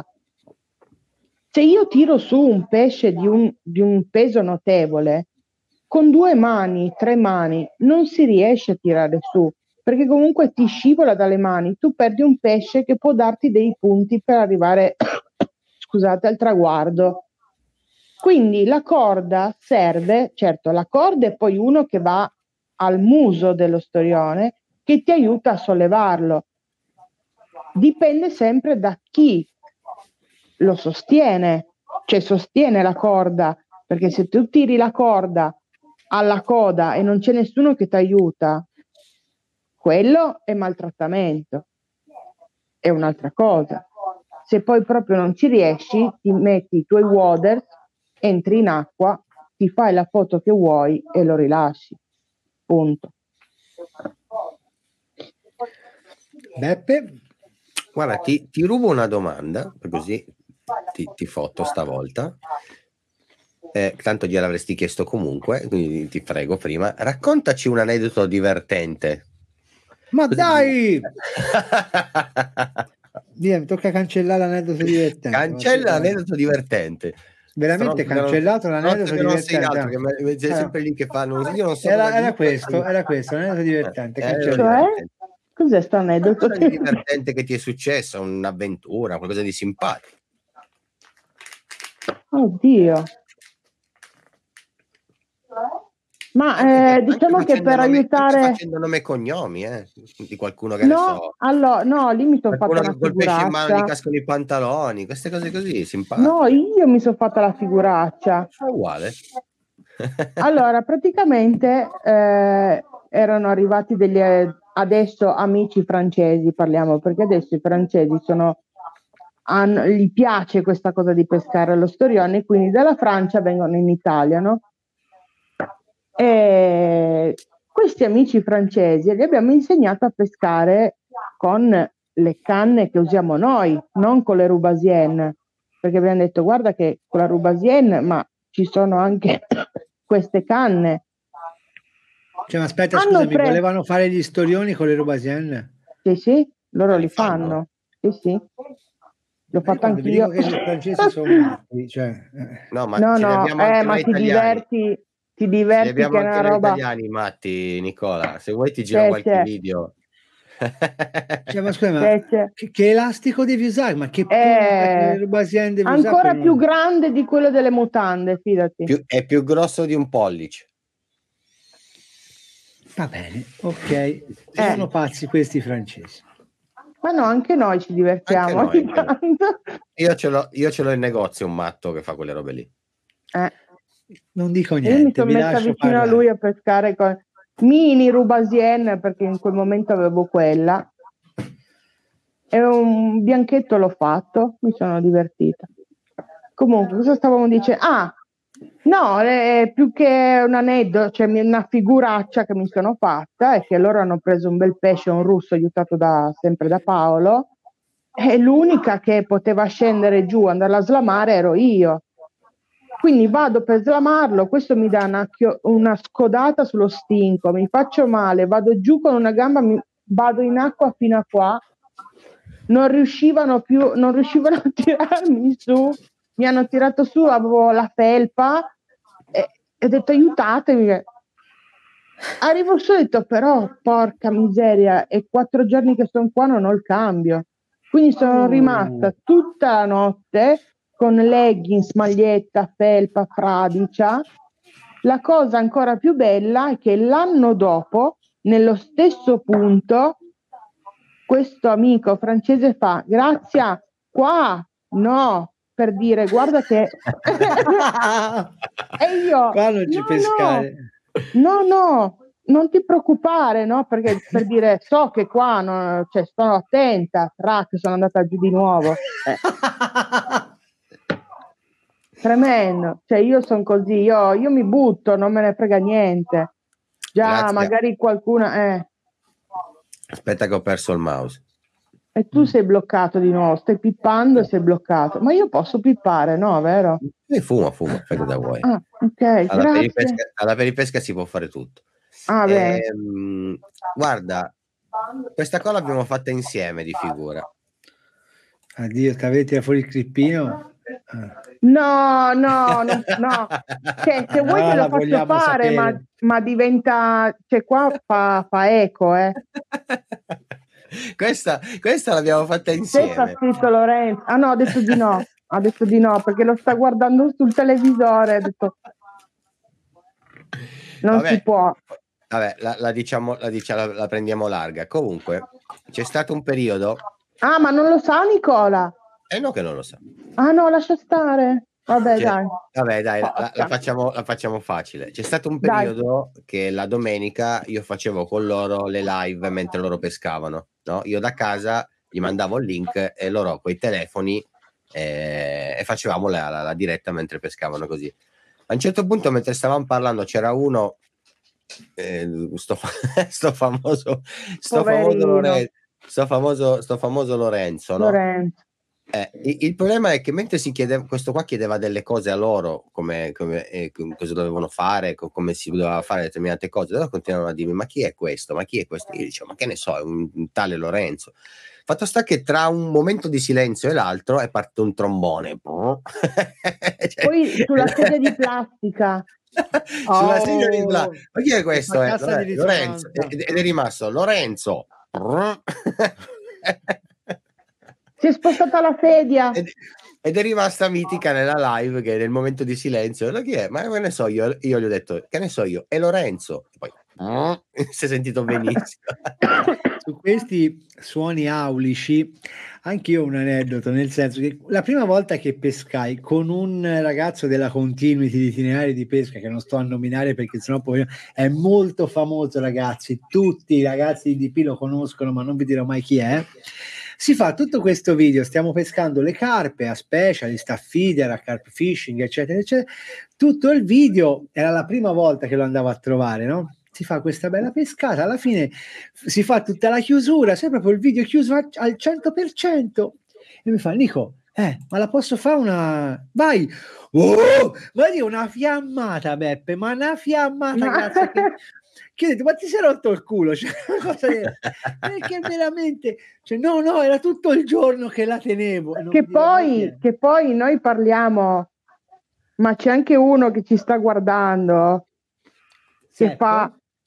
Se io tiro su un pesce di un, di un peso notevole, con due mani, tre mani, non si riesce a tirare su, perché comunque ti scivola dalle mani. Tu perdi un pesce che può darti dei punti per arrivare scusate, al traguardo. Quindi la corda serve, certo, la corda è poi uno che va al muso dello storione che ti aiuta a sollevarlo. Dipende sempre da chi lo sostiene, cioè sostiene la corda, perché se tu tiri la corda alla coda e non c'è nessuno che ti aiuta, quello è maltrattamento, è un'altra cosa. Se poi proprio non ci riesci, ti metti i tuoi waders, entri in acqua, ti fai la foto che vuoi e lo rilasci. Punto. Beppe? Guarda, ti, ti rubo una domanda, così ti, ti fotto stavolta. Eh, tanto gliel'avresti chiesto comunque, quindi ti prego prima. Raccontaci un aneddoto divertente. Ma Così dai! Via, mi tocca cancellare l'aneddoto divertente. Cancella l'aneddoto divertente. Veramente Stronzo cancellato non, l'aneddoto divertente. Altro, che me, sei sempre lì che fanno. Io non so era, era questo, era questo, l'aneddoto divertente. Eh, divertente. Cos'è sto aneddoto? Cosa di divertente che ti è successo? Un'avventura, qualcosa di simpatico? Oddio. Ma eh, diciamo che per nome, aiutare facendo nome e cognomi eh, di qualcuno che no, ne so. Allora, no, lì mi sono fatta una col pesce in mano figuraccia. gli cascano i pantaloni, queste cose così, simpatiche. No, io mi sono fatta la figuraccia. È uguale. Allora, praticamente eh, erano arrivati degli adesso amici francesi, parliamo, perché adesso i francesi sono hanno, gli piace questa cosa di pescare allo storione, quindi dalla Francia vengono in Italia, no? E questi amici francesi gli abbiamo insegnato a pescare con le canne che usiamo noi, non con le Rubasienne, perché abbiamo detto guarda che con la Rubasienne, ma ci sono anche queste canne. Cioè, ma aspetta, hanno scusami, pre- volevano fare gli storioni con le Rubasienne? Sì, sì, loro li fanno. fanno. Sì, sì. L'ho fatto anch'io. Che i francesi sono matti, cioè. No, ma no, ce no, eh, ma ti diverti, ti diverti abbiamo che è anche una roba. Italiani matti, Nicola. Se vuoi ti giro sì, qualche sì. video. Cioè, ma scusa, ma Che c'è- che, che elastico devi usare? Ma che Eh, Rubasian devi usare? ancora per più non- grande di quello delle mutande, fidati. Più- è più grosso di un pollice. Va bene, ok. Sono pazzi questi francesi. Ma no, anche noi ci divertiamo Anche ogni noi, anche noi. tanto. Io ce l'ho, io ce l'ho in negozio un matto che fa quelle robe lì. Eh. Non dico Io mi niente, sono vi messa lascio vicino parlare. a lui a pescare con mini Rubasien, perché in quel momento avevo quella. E un bianchetto l'ho fatto, mi sono divertita. Comunque, cosa stavamo dicendo? Ah, no, è più che un aneddoto, cioè una figuraccia che mi sono fatta è che loro hanno preso un bel pesce, un russo aiutato da, sempre da Paolo, e l'unica che poteva scendere giù, andarla a slamare ero io. Quindi vado per slamarlo, questo mi dà una, chio- una scodata sullo stinco, mi faccio male, vado giù con una gamba, mi, vado in acqua fino a qua, non riuscivano più, non riuscivano a tirarmi su, mi hanno tirato su, avevo la felpa e, e ho detto aiutatemi. Arrivo su e ho detto però porca miseria, è quattro giorni che sono qua, non ho il cambio. Quindi sono Oh. rimasta tutta la notte con leggings, maglietta, felpa, fradicia. La cosa ancora più bella è che l'anno dopo, nello stesso punto, questo amico francese fa Grazia, qua, no, per dire guarda che e io Qua non ci no, pescare. no, no, no, non ti preoccupare, no? Perché per dire so che qua no, cioè, sto attenta, track, sono andata giù di nuovo. Eh. Tremendo, cioè io sono così, io, io mi butto, non me ne frega niente. Già, Grazie. magari qualcuno, eh. Aspetta che ho perso il mouse. E tu sei bloccato di nuovo, stai pippando e sei bloccato. Ma io posso pippare, no, vero? E fuma, fuma, fai cosa vuoi. Ah, ok, Alla grazie. peripesca, alla peripesca si può fare tutto. Ah, bene. Ehm, guarda, questa cosa l'abbiamo fatta insieme di figura. Addio, ti avete fuori il crippino? Ah. No, no, no, no. Cioè, se vuoi Ah, te la lo faccio vogliamo fare, ma, sapere. ma diventa, cioè qua fa, fa eco, eh. questa, questa l'abbiamo fatta Questo ha insieme. scritto Lorenzo. Ah no, ha detto di no, ha detto di no, perché lo sta guardando sul televisore, ha detto non Vabbè, si può. vabbè, la, la diciamo, la, diciamo, la, la prendiamo larga. Comunque, c'è stato un periodo. Ah, ma non lo sa Nicola? Eh no, che non lo sa. Ah no, lascia stare. Vabbè, Cioè, dai. vabbè, dai, la, la Porca. facciamo, la facciamo facile. C'è stato un Dai. periodo che la domenica io facevo con loro le live mentre loro pescavano, no? Io da casa gli mandavo il link e loro coi telefoni eh, e facevamo la, la, la diretta mentre pescavano così. A un certo punto, mentre stavamo parlando, c'era uno, eh, sto, sto famoso, sto famoso, Lorenzo, sto famoso, sto famoso Lorenzo, no? Lorenzo. Eh, il, il problema è che mentre si chiedeva, questo qua chiedeva delle cose a loro, come, come eh, cosa dovevano fare, co- come si doveva fare determinate cose, loro continuavano a dirmi ma chi è questo, ma chi è questo? Io dicevo ma che ne so, è un, un tale Lorenzo. Fatto sta che tra un momento di silenzio e l'altro è partito un trombone. Cioè, poi sulla sedia di plastica. sulla Oh, sedia di plastica. Ma chi è questo? Fa Eh, cassa di Lorenzo. risonanza. Ed ed è rimasto Lorenzo. Si è spostata la sedia. Ed, ed è rimasta mitica nella live che nel momento di silenzio, chi è? Ma che ne so io? Io gli ho detto, che ne so io? È Lorenzo. E poi si è sentito benissimo. Su questi suoni aulici, anche io ho un aneddoto, nel senso che la prima volta che pescai con un ragazzo della Continuity di itinerari di pesca, che non sto a nominare perché sennò poi è molto famoso, ragazzi, tutti i ragazzi di D P lo conoscono, ma non vi dirò mai chi è. Si fa tutto questo video, stiamo pescando le carpe a specialist, a feeder, a carp fishing, eccetera, eccetera. Tutto il video era la prima volta che lo andavo a trovare, no? Si fa questa bella pescata, alla fine si fa tutta la chiusura, sai proprio il video chiuso al cento per cento e mi fa Nico, eh, ma la posso fare una... Vai! Oh! Ma io una fiammata, Beppe, ma una fiammata, cazzo, che... che ho detto, ma ti sei rotto il culo? Cioè, una cosa di... perché veramente, cioè, no, no, era tutto il giorno che la tenevo. E non Che poi, che poi noi parliamo, ma c'è anche uno che ci sta guardando, che Seppo? fa,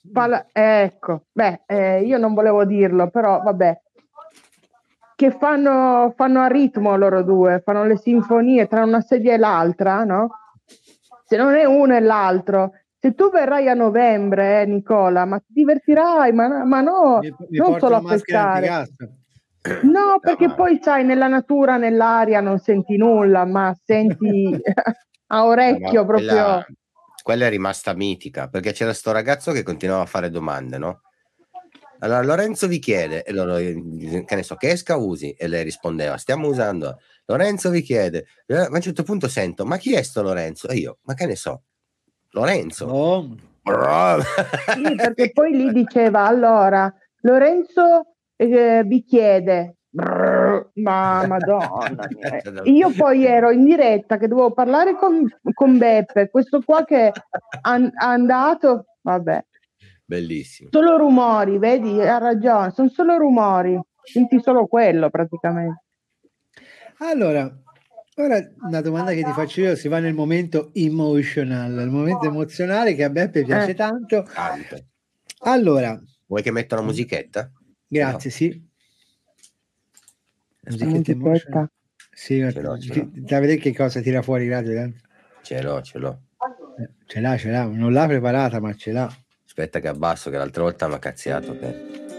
Pala- ecco, beh, eh, io non volevo dirlo, però vabbè, che fanno, fanno a ritmo loro due, fanno le sinfonie tra una sedia e l'altra, no? Se non è uno e l'altro, se tu verrai a novembre, eh, Nicola, ma ti divertirai, ma, ma no, Mi, mi non porto solo la a maschera pescare. antigas. No, perché No. poi sai, nella natura, nell'aria non senti nulla, ma senti a orecchio No, quella, proprio. quella è rimasta mitica, perché c'era sto ragazzo che continuava a fare domande, no? Allora Lorenzo vi chiede, e loro, che ne so, che esca usi? E lei rispondeva, stiamo usando. Lorenzo vi chiede, eh, ma a un certo punto sento, ma chi è sto Lorenzo? E io, ma che ne so, Lorenzo. Oh. Sì, perché poi lì diceva, allora, Lorenzo eh, vi chiede, brrr, ma madonna mia. Io poi ero in diretta che dovevo parlare con, con Beppe, questo qua che ha andato, vabbè. Bellissimo. Solo rumori, vedi, ha ragione, sono solo rumori, senti solo quello praticamente. Allora, ora una domanda che ti faccio io, si va nel momento emotional, il momento emozionale che a Beppe piace Eh. tanto. Tanto. Allora, vuoi che metta una musichetta? grazie, No. sì. Aspetta. Musichetta emotional. Sì, Ce l'ho, ce l'ho. da vedere che cosa tira fuori, grazie. Ce l'ho, ce l'ho. Eh, ce l'ha, ce l'ha, non l'ha preparata, ma ce l'ha. Aspetta che abbasso, che l'altra volta mi ha cazziato. Per...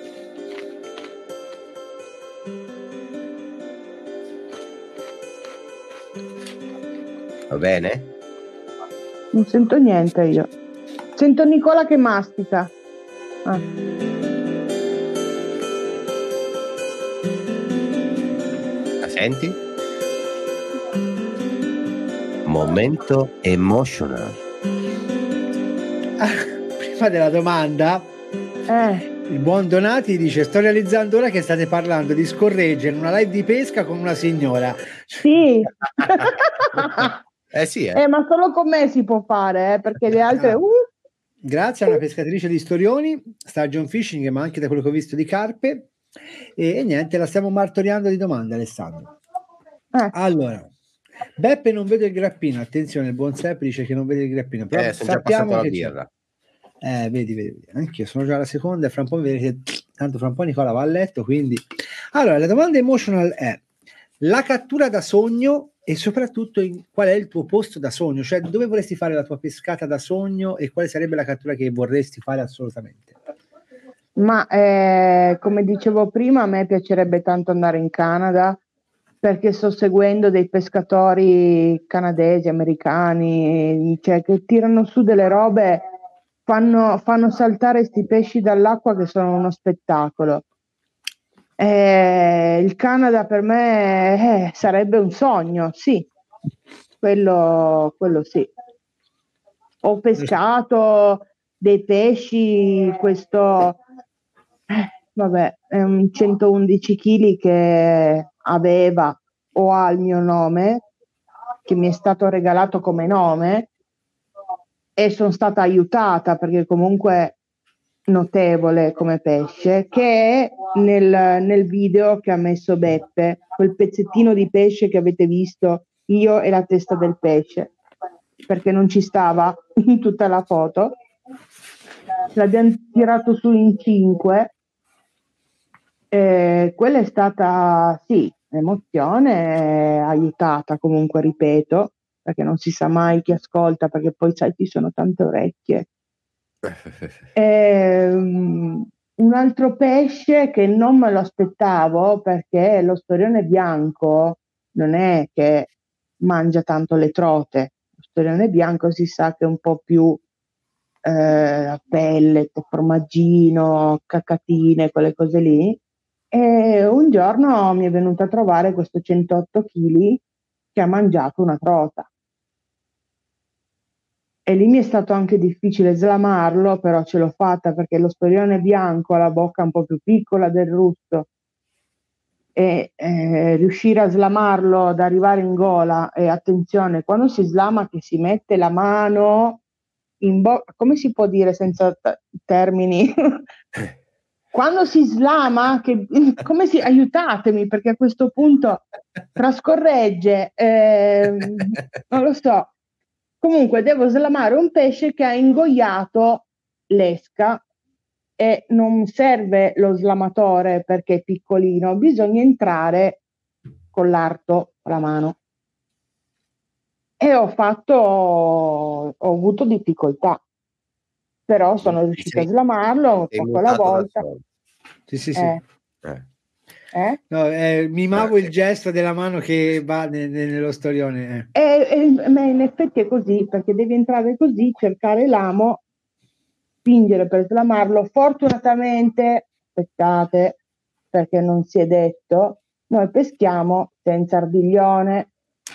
Va bene? Non sento niente io. Sento Nicola che mastica. Ah. La senti? Momento emotional. Ah, prima della domanda, eh. il buon Donati dice: sto realizzando ora che state parlando di scorreggere in una live di pesca con una signora. Sì. Eh sì, eh. eh, ma solo con me si può fare, eh, perché le altre... Uh. Grazie a una pescatrice di Storioni, Sturgeon Fishing, ma anche da quello che ho visto di carpe. E, e niente, la stiamo martoriando di domande, Alessandro. Eh. Allora, Beppe non vede il grappino, attenzione, il buon Sepp dice che non vede il grappino, però eh, sono già passato la birra. Eh, vedi, vedi, anch'io sono già alla seconda e fra un po' vedete, tanto fra un po' Nicola va a letto, quindi... Allora, la domanda emotional è la cattura da sogno e soprattutto in, qual è il tuo posto da sogno, cioè dove vorresti fare la tua pescata da sogno e quale sarebbe la cattura che vorresti fare assolutamente? Ma eh, come dicevo prima, a me piacerebbe tanto andare in Canada perché sto seguendo dei pescatori canadesi, americani, cioè che tirano su delle robe, fanno, fanno saltare questi pesci dall'acqua che sono uno spettacolo. Eh, il Canada per me eh, sarebbe un sogno, sì, quello, quello sì. Ho pescato dei pesci, questo, eh, vabbè, è un centoundici chili che aveva o ha il mio nome, che mi è stato regalato come nome, e sono stata aiutata perché comunque notevole come pesce, che è nel, nel video che ha messo Beppe, quel pezzettino di pesce che avete visto, io e la testa del pesce, perché non ci stava in tutta la foto. L'abbiamo tirato su in cinque. Eh, quella è stata, sì, emozione, aiutata comunque, ripeto, perché non si sa mai chi ascolta, perché poi sai ci sono tante orecchie. Eh, un altro pesce che non me lo aspettavo, perché lo storione bianco non è che mangia tanto le trote, lo storione bianco si sa che è un po' più eh, pellet, formaggino, cacatine, quelle cose lì. E un giorno mi è venuto a trovare questo centootto chili che ha mangiato una trota. E lì mi è stato anche difficile slamarlo, però ce l'ho fatta perché lo storione bianco ha la bocca un po' più piccola del russo e eh, riuscire a slamarlo, ad arrivare in gola, e attenzione, quando si slama che si mette la mano in bocca, come si può dire senza t- termini? Quando si slama, che, come si, aiutatemi perché a questo punto trascorregge, eh, non lo so. Comunque devo slamare un pesce che ha ingoiato l'esca e non serve lo slamatore perché è piccolino, bisogna entrare con l'arto, con la mano. E ho fatto, ho avuto difficoltà, però sono riuscita a slamarlo poco alla volta. Sì, sì, sì. Eh. Eh. Eh? No, eh, mimavo Eh. il gesto della mano che va ne- ne- nello storione. Eh. E, e, ma in effetti è così, perché devi entrare così, cercare l'amo, spingere per slamarlo. Fortunatamente, aspettate, perché non si è detto, noi peschiamo senza ardiglione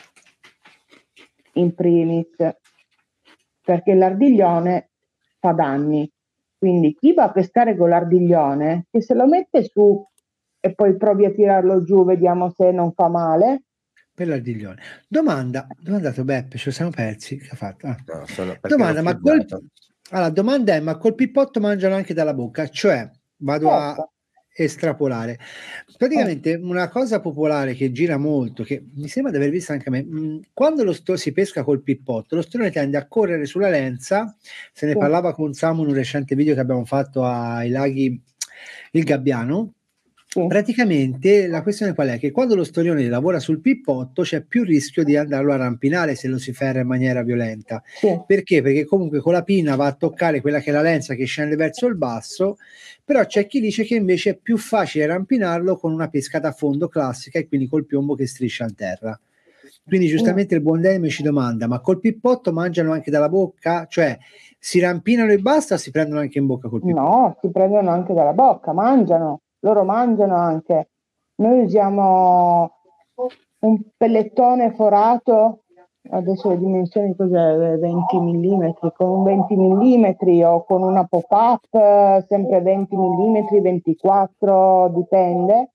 in primis, perché l'ardiglione fa danni. Quindi chi va a pescare con l'ardiglione, che se lo mette su e poi provi a tirarlo giù, vediamo se non fa male. Per l'ardiglione. Domanda, domandato Beppe, ci siamo persi? Che ha fatto? Ah. No, sono, Domanda, ma col... allora, domanda è, ma col pippotto mangiano anche dalla bocca? Cioè, vado certo. a estrapolare. Praticamente una cosa popolare che gira molto, che mi sembra di aver visto anche a me, mh, quando lo sto, si pesca col pippotto, lo stolone tende a correre sulla lenza, se ne Sì. parlava con Samu in un recente video che abbiamo fatto ai laghi Il Gabbiano. Sì. Praticamente la questione qual è? Che quando lo storione lavora sul pippotto c'è più rischio di andarlo a rampinare se lo si ferra in maniera violenta. Sì. Perché? Perché comunque con la pinna va a toccare quella che è la lenza che scende verso il basso, però c'è chi dice che invece è più facile rampinarlo con una pesca da fondo classica e quindi col piombo che striscia a terra. Quindi giustamente il buon Demi ci domanda, ma col pippotto mangiano anche dalla bocca? Cioè si rampinano e basta o si prendono anche in bocca col pippotto? No, si prendono anche dalla bocca, mangiano, loro mangiano anche. Noi usiamo un pellettone forato, adesso le dimensioni cos'è, venti millimetri, con un venti millimetri o con una pop-up, sempre venti millimetri, ventiquattro, dipende.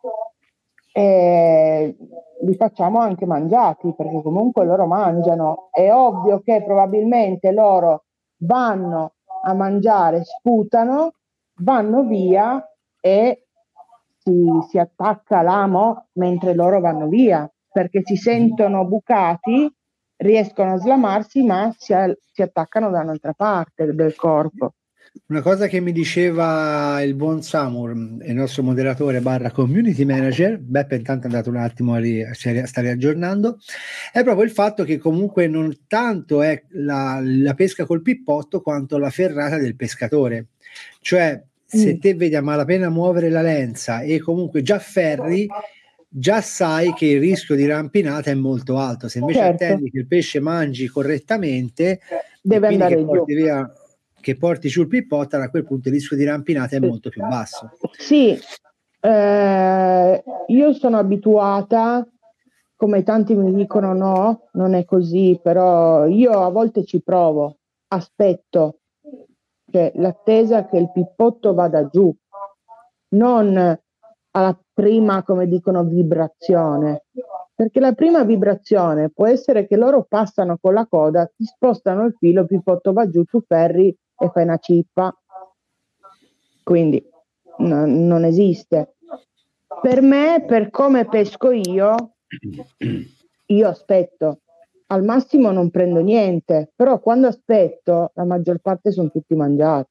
E li facciamo anche mangiati, perché comunque loro mangiano. È ovvio che probabilmente loro vanno a mangiare, sputano, vanno via e si, si attacca l'amo mentre loro vanno via, perché si sentono bucati, riescono a slamarsi, ma si, si attaccano da un'altra parte del corpo. Una cosa che mi diceva il buon Samur, il nostro moderatore barra community manager, Beppe intanto è andato un attimo a, ri- a stare aggiornando, è proprio il fatto che comunque non tanto è la, la pesca col pippotto quanto la ferrata del pescatore. Cioè, se Mm. te vedi a malapena muovere la lenza e comunque già ferri, già sai che il rischio di rampinata è molto alto. Se invece Certo. attendi che il pesce mangi correttamente, deve e quindi andare che giù. porti via che porti giù il pippotto, a quel punto il rischio di rampinata è molto più basso. Sì, eh, io sono abituata, come tanti mi dicono no, non è così, però io a volte ci provo, aspetto, cioè l'attesa che il pippotto vada giù, non alla prima, come dicono, vibrazione, perché la prima vibrazione può essere che loro passano con la coda, ti spostano il filo, il pippotto va giù, tu ferri e fai una cippa, quindi no, non esiste. Per me, per come pesco io, io aspetto, al massimo non prendo niente, però quando aspetto la maggior parte sono tutti mangiati.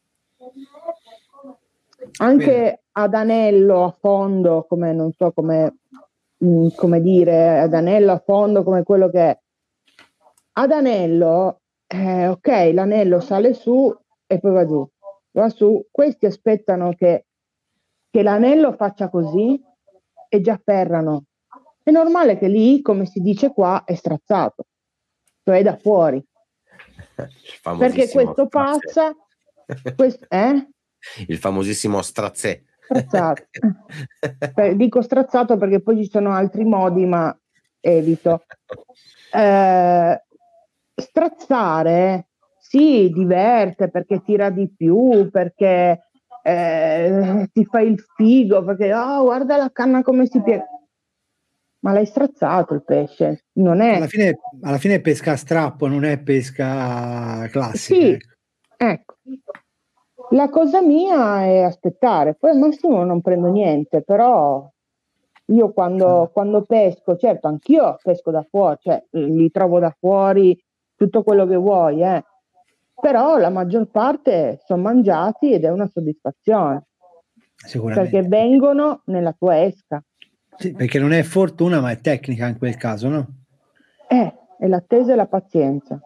Anche Quello. Ad anello a fondo, come non so come, mh, come dire, ad anello a fondo come quello che è. Ad anello, eh, ok, l'anello sale su e poi va giù, va su. Questi aspettano che, che l'anello faccia così e già ferrano. È normale che lì, come si dice qua, è strazzato, cioè da fuori. Perché questo strazzè. passa, questo, eh? Il famosissimo strazzè. Strazzato. Dico strazzato perché poi ci sono altri modi, ma evito. Eh, strazzare si diverte perché tira di più, perché eh, ti fai il figo, perché oh, guarda la canna come si piega. Ma l'hai strazzato il pesce, non è. Alla fine, alla fine è pesca a strappo, non è pesca classica. Sì, ecco. ecco. La cosa mia è aspettare, poi al massimo non prendo niente, però io quando, sì. quando pesco, certo, anch'io pesco da fuori, cioè li trovo da fuori, tutto quello che vuoi, eh. però la maggior parte sono mangiati ed è una soddisfazione. Sicuramente. Perché vengono nella tua esca. Sì, perché non è fortuna ma è tecnica in quel caso, no? Eh, è l'attesa e la pazienza.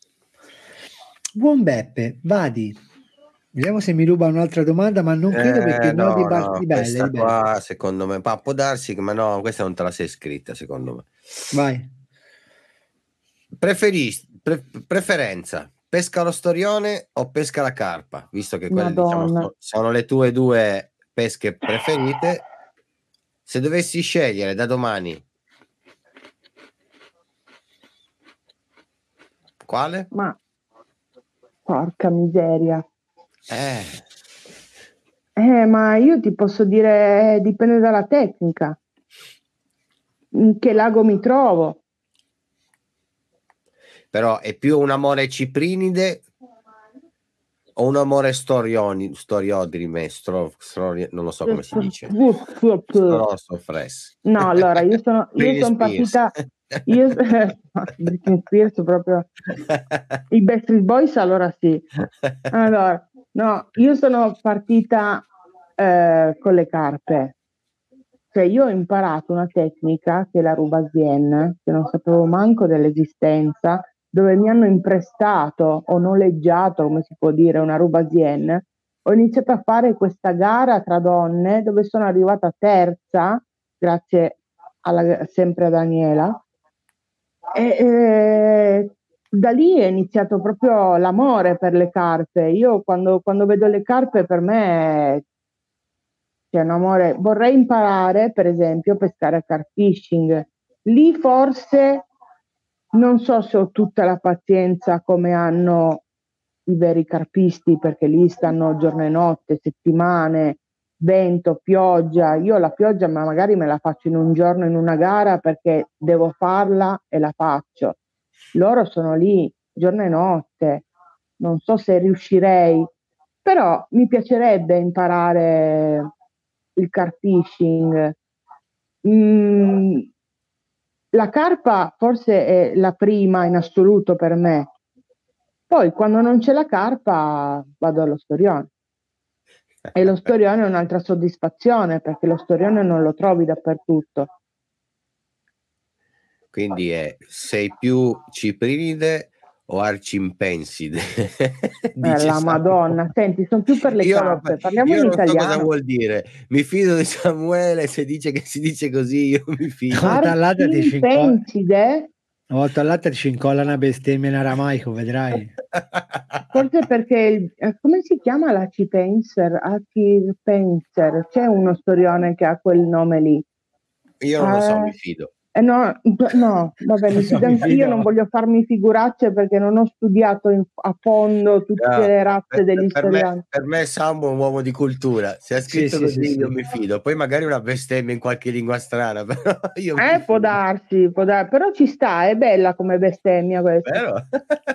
Buon Beppe, vadi. Vediamo se mi ruba un'altra domanda, ma non credo perché Eh, ne ho di, no, bar- no, di belle, questa di belle. qua secondo me, ma può darsi che, ma no, questa non te la sei scritta secondo me. Vai. Preferis- pre- preferenza, pesca allo storione o pesca alla carpa? Visto che quelle, diciamo, Madonna. so- sono le tue due pesche preferite. Se dovessi scegliere da domani, quale? Ma porca miseria. Eh, Eh, ma io ti posso dire, eh, dipende dalla tecnica. In che lago mi trovo? però è più un amore ciprinide o un amore storioni, storiodrime, stro, stro- non lo so come si dice. Storossofres. No, allora io sono, io Britney sono Spears. partita. Io, Britney Spears proprio. I Backstreet Boys, allora sì. Allora, no, io sono partita eh, con le carpe. Cioè io ho imparato una tecnica che è la rubasien, che non sapevo manco dell'esistenza, dove mi hanno imprestato o noleggiato, come si può dire, una rubasien. Ho iniziato a fare questa gara tra donne dove sono arrivata terza, grazie alla, sempre a Daniela. E, e da lì è iniziato proprio l'amore per le carpe. Io quando, quando vedo le carpe per me c'è un amore. Vorrei imparare, per esempio, a pescare a carp fishing. Lì forse non so se ho tutta la pazienza come hanno i veri carpisti, perché lì stanno giorno e notte, settimane, vento, pioggia. Io la pioggia ma magari me la faccio in un giorno in una gara perché devo farla e la faccio. Loro sono lì giorno e notte. Non so se riuscirei, però mi piacerebbe imparare il carp fishing. Mm, la carpa forse è la prima in assoluto per me. Poi quando non c'è la carpa vado allo storione. E lo storione è un'altra soddisfazione perché lo storione non lo trovi dappertutto. Quindi è, sei più ciprinide o arcimpenside? Eh, la Madonna, senti, sono più per le io, carpe, non, parliamo io in non so cosa italiano. vuol dire. Mi fido di Samuele, se dice che si dice così, io mi fido. Una volta all'altra ti ci incolla, Arcimpenside? una volta all'altra ti ci incolla una bestemmia in aramaico, vedrai. Forse perché, il, eh, come si chiama la Cipenser? Archipenser, c'è uno storione che ha quel nome lì. Io non lo so, mi Eh, fido. eh no, no, vabbè, mi fido mi anche- io fido. non voglio farmi figuracce perché non ho studiato in- a fondo tutte No, le razze per, degli per me, storioni. per me Samu è un uomo di cultura. Se ha Sì, scritto sì, così sì, io sì. mi fido. Poi magari una bestemmia in qualche lingua strana, però io mi Eh, può fido. darsi, può dar- però ci sta, è bella come bestemmia questa. Vero?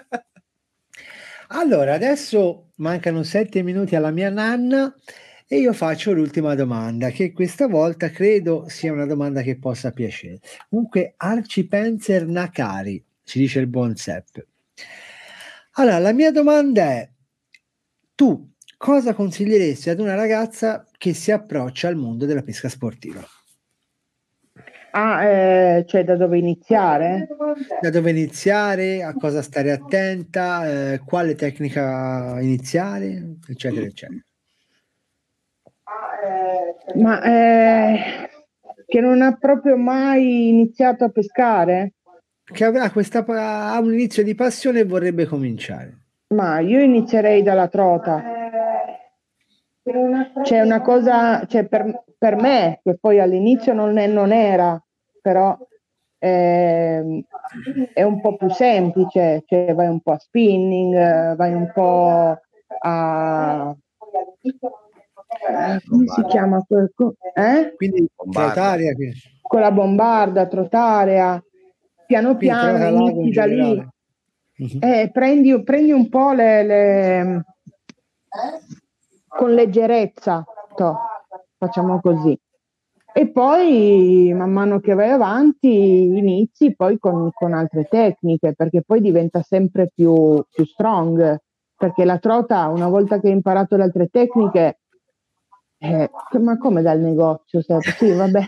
Allora, adesso mancano sette minuti alla mia nanna e io faccio l'ultima domanda, che questa volta credo sia una domanda che possa piacere. Comunque, Arcipenser Nakari, ci dice il buon Sepp. Allora, la mia domanda è, tu cosa consiglieresti ad una ragazza che si approccia al mondo della pesca sportiva? Ah, eh, cioè da dove iniziare? Da dove iniziare, a cosa stare attenta, eh, quale tecnica iniziare, eccetera, eccetera. Ma eh, che non ha proprio mai iniziato a pescare? Che avrà questa, ha un inizio di passione e vorrebbe cominciare. Ma io inizierei dalla trota. C'è una cosa, cioè per, per me, che poi all'inizio non, è, non era, però eh, è un po' più semplice, cioè vai un po' a spinning, vai un po' a... come si chiama? Eh? Quindi Bombarda. trotarea, Con la bombarda, trotarea, piano quindi piano trota lago in inizi da lì. generale. Uh-huh. Eh, prendi, prendi un po' le, le... con leggerezza, to, facciamo così. E poi man mano che vai avanti inizi poi con, con altre tecniche, perché poi diventa sempre più, più strong. perché la trota, una volta che hai imparato le altre tecniche, eh, ma come dal negozio? Sì, vabbè.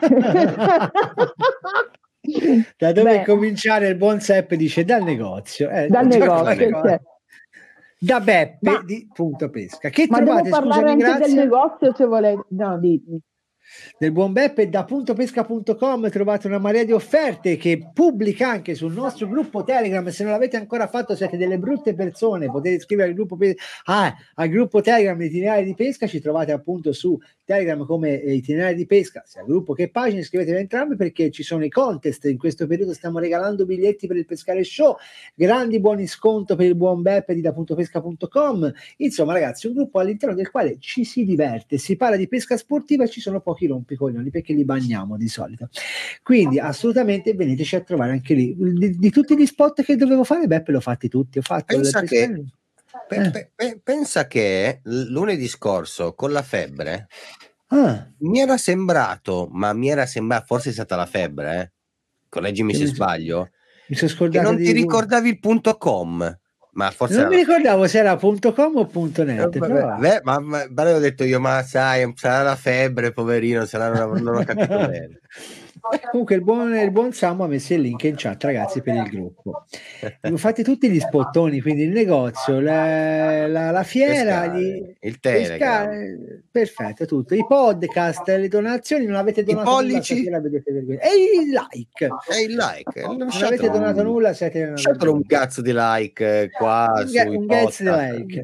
Da dove Beh, cominciare il buon Sepp dice dal negozio. Eh, dal negozio, cioè. Da Beppe ma, di Punto Pesca. Che ma trovate, devo parlare scusami, anche grazie. del negozio se volete. No, dimmi. Del buon Beppe da punto pesca punto com trovate una marea di offerte che pubblica anche sul nostro gruppo Telegram. Se non l'avete ancora fatto siete delle brutte persone, potete iscrivervi al gruppo, ah, al gruppo Telegram Itinerari di Pesca. Ci trovate appunto su Telegram come Itinerari di Pesca, sia gruppo che pagina. Iscrivetevi entrambi perché ci sono i contest. In questo periodo stiamo regalando biglietti per il Pescare Show, grandi buoni sconto per il buon Beppe di da punto pesca punto com. Insomma ragazzi, un gruppo all'interno del quale ci si diverte, si parla di pesca sportiva e ci sono pochi rompicoglioni perché li bagniamo di solito, quindi assolutamente veniteci a trovare anche lì. Di, di tutti gli spot che dovevo fare, Beppe, l'ho fatti tutti. Ho fatto pensa del che, pe, eh. pe, pe, pensa che lunedì scorso con la febbre ah. mi era sembrato, ma mi era sembrato, forse è stata la febbre, eh? Correggimi che se mi, sbaglio, mi sono scordato che non di... ti ricordavi il punto com. Ma forse non mi ricordavo se era .com o .net, eh, però... beh, ma, ma, ma ho detto io, ma sai, sarà la febbre, poverino, sarà, non, non ho capito bene. Comunque il buon, il buon Samu ha messo il link in chat, ragazzi, per il gruppo. Fate tutti gli spottoni, quindi il negozio, la, la, la fiera, Pescare, gli, il Telegram, pescare, perfetto, tutto. I podcast, le donazioni, non avete donato i nulla pollici stasera, vedete vergogna. E il like. e il like. Non avete donato Un, nulla, siete una lasciatelo un vergogna. cazzo di like qua Un, sui un podcast. di like.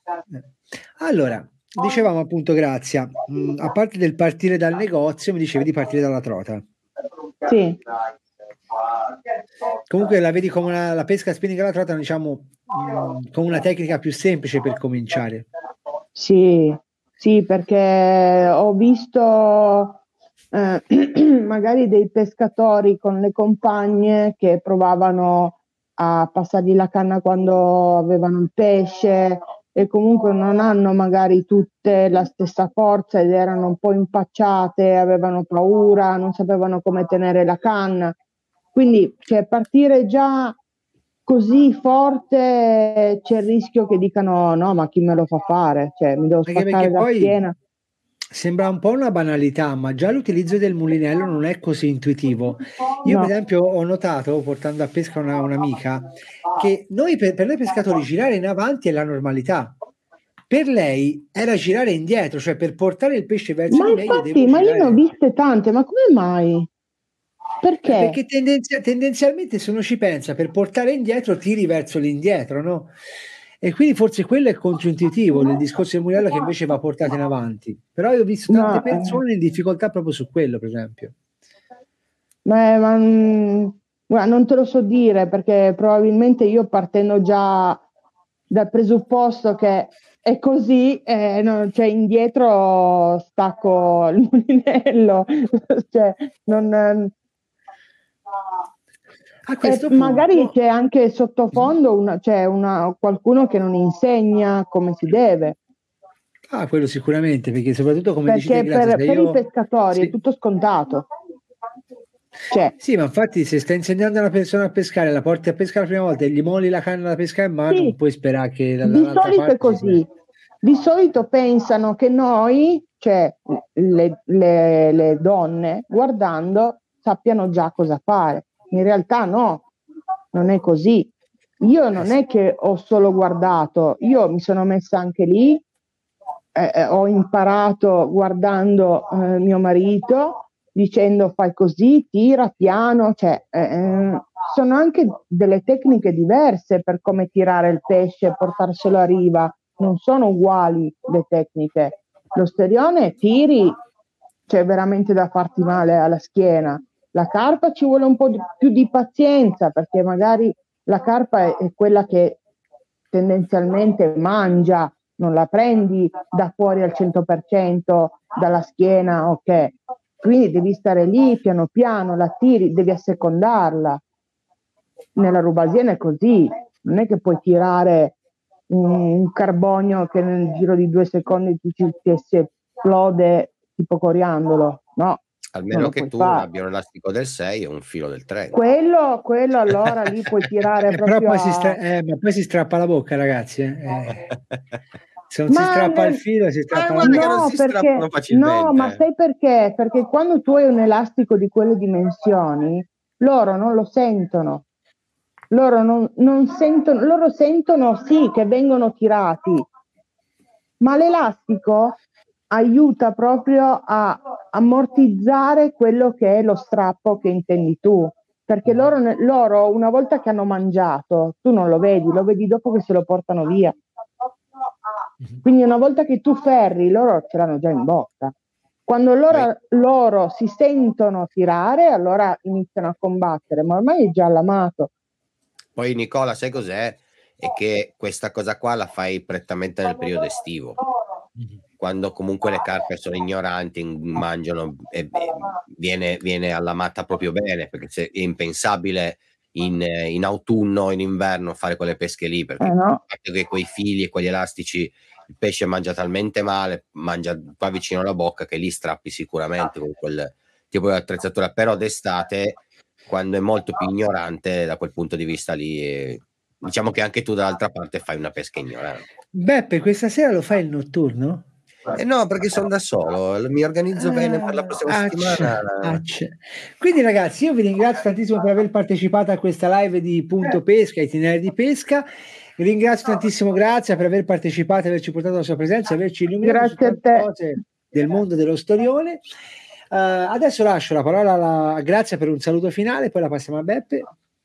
Allora, dicevamo appunto, Grazia, mh, a parte del partire dal negozio, mi dicevi di partire dalla trota. Sì. Comunque la vedi come una, la pesca spinning alla trota, diciamo, mh, come una tecnica più semplice per cominciare. Sì, sì, perché ho visto eh, magari dei pescatori con le compagne che provavano a passargli la canna quando avevano il pesce e comunque non hanno magari tutte la stessa forza ed erano un po' impacciate, avevano paura, non sapevano come tenere la canna. Quindi, cioè, partire già così forte c'è il rischio che dicano no, ma chi me lo fa fare? Cioè, mi devo Anche spaccare perché la poi schiena. sembra un po' una banalità, ma già l'utilizzo del mulinello non è così intuitivo. Io, No. per esempio, ho notato, portando a pesca una, un'amica, che noi per, per noi pescatori girare in avanti è la normalità. Per lei era girare indietro, cioè per portare il pesce verso Ma di me io infatti, devo ma io ne ho girare. viste tante, ma come mai? Perché? Eh, perché tendenzi- tendenzialmente se uno ci pensa, per portare indietro tiri verso l'indietro, no? E quindi forse quello è controintuitivo nel discorso del mulinello che invece va portato in avanti. Però io ho visto tante No, eh, persone in difficoltà proprio su quello, per esempio. ma, ma, mm, guarda, non te lo so dire perché probabilmente io partendo già dal presupposto che è così, eh, no, cioè indietro stacco il mulinello, cioè non... A E questo magari punto, c'è anche sottofondo una, c'è una, qualcuno che non insegna come si deve. ah, quello sicuramente, perché soprattutto come dici te, Perché grazie, per, se per i io... pescatori è Sì. tutto scontato. Cioè, Sì, ma infatti se stai insegnando a una persona a pescare, la porti a pescare la prima volta e gli moli la canna da pesca in mano, sì, non puoi sperare che di dall'altra solito è parte ci così. sia... Di solito pensano che noi, cioè le, le, le donne, guardando, sappiano già cosa fare. In realtà no, non è così. Io non è che ho solo guardato, io mi sono messa anche lì, eh, ho imparato guardando eh, mio marito, dicendo fai così, tira piano, cioè eh, sono anche delle tecniche diverse per come tirare il pesce, portarselo a riva, non sono uguali le tecniche. Lo sterione tiri, c'è veramente da farti male alla schiena. La carpa ci vuole un po' di, più di pazienza perché magari la carpa è, è quella che tendenzialmente mangia, non la prendi da fuori al cento per cento dalla schiena, ok? Quindi devi stare lì piano piano, la tiri, devi assecondarla. Nella rubasiena è così, non è che puoi tirare un carbonio che nel giro di due secondi ti, ti si esplode tipo coriandolo, no? Almeno che tu non abbia un elastico del sei e un filo del trenta. Quello, quello allora lì puoi tirare eh, proprio però poi a... si stra- eh, ma poi si strappa la bocca, ragazzi. Eh. Se non ma si strappa ne... il filo, si strappa ah, la guarda bocca. che non No, si perché... strappano facilmente. No, ma sai perché? Perché quando tu hai un elastico di quelle dimensioni, loro non lo sentono. Loro non, non sentono, loro sentono sì che vengono tirati, ma l'elastico aiuta proprio a ammortizzare quello che è lo strappo che intendi tu, perché loro, loro una volta che hanno mangiato, tu non lo vedi, lo vedi dopo che se lo portano via. Quindi una volta che tu ferri, loro ce l'hanno già in bocca. Quando loro, loro si sentono tirare, allora iniziano a combattere, ma ormai è già allamato. Poi Nicola, sai cos'è? È che questa cosa qua la fai prettamente nel periodo estivo, quando comunque le carpe sono ignoranti, mangiano e, e viene, viene allamata proprio bene, perché se, è impensabile in, in autunno o in inverno fare quelle pesche lì, perché Eh no. che quei fili e quegli elastici il pesce mangia talmente male, mangia qua vicino alla bocca, che lì strappi sicuramente con quel tipo di attrezzatura. Però d'estate, quando è molto più ignorante, da quel punto di vista lì, eh, diciamo che anche tu dall'altra parte fai una pesca ignorante. Beppe, questa sera lo fai il notturno? Eh no, perché sono da solo, mi organizzo ah, bene per la prossima accia, settimana. Accia. Quindi ragazzi, io vi ringrazio tantissimo per aver partecipato a questa live di Punto Pesca, Itinerari di Pesca. Vi ringrazio tantissimo Grazia per aver partecipato, averci portato la sua presenza, averci illuminato Grazie su tante cose del mondo dello storione. Uh, adesso lascio la parola alla Grazia per un saluto finale, poi la passiamo a Beppe.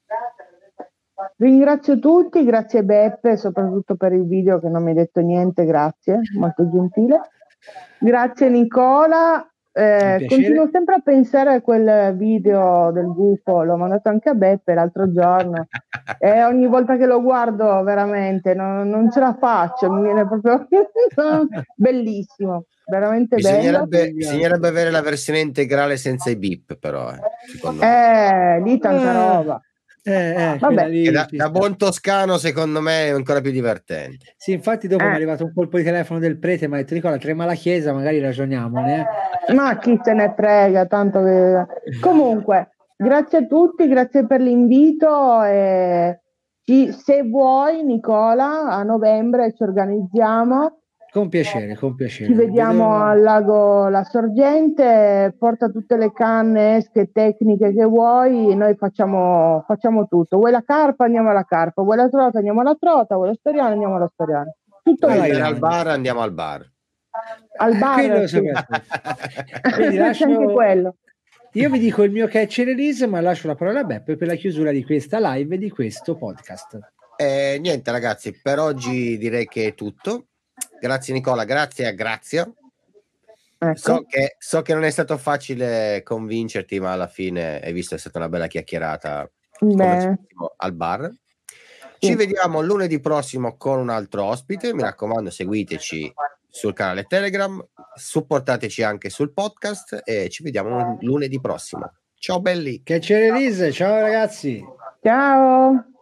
Ringrazio tutti, grazie Beppe, soprattutto per il video che non mi hai detto niente, grazie, molto gentile. Grazie Nicola, eh, continuo sempre a pensare a quel video del gufo, l'ho mandato anche a Beppe l'altro giorno e ogni volta che lo guardo veramente non, non ce la faccio, mi viene proprio bellissimo, veramente bisognerebbe, bello. Bisognerebbe avere la versione integrale senza i beep, però eh, secondo me. Eh, lì tanta eh, roba. Eh, eh, Vabbè. Lì da, da buon toscano secondo me è ancora più divertente. Sì, infatti dopo eh. mi è arrivato un colpo di telefono del prete, mi ha detto Nicola, trema la chiesa, magari ragioniamone. Eh. Ma chi se ne frega, tanto che... Comunque, grazie a tutti, grazie per l'invito e ci, se vuoi Nicola, a novembre ci organizziamo. Con piacere, con piacere. Ci vediamo Vedo... al lago La Sorgente, porta tutte le canne, esche tecniche che vuoi, noi facciamo, facciamo tutto. Vuoi la carpa, andiamo alla carpa, vuoi la trota, andiamo alla trota, vuoi lo storiano, andiamo alla storiana. Tutto vuoi andare al bar, andiamo al bar. Al bar, quello sì. Quindi lascio... C'è anche quello. Io vi dico il mio catch and release, ma lascio la parola a Beppe per la chiusura di questa live e di questo podcast. Eh, niente ragazzi, per oggi direi che è tutto. Grazie Nicola, grazie a Grazia. Ecco. So, che, so che non è stato facile convincerti, ma alla fine hai visto, è stata una bella chiacchierata al bar. Ci sì. Vediamo lunedì prossimo con un altro ospite. Mi raccomando, seguiteci sul canale Telegram, supportateci anche sul podcast e ci vediamo lunedì prossimo. Ciao belli. Catch and release, ciao ragazzi. Ciao.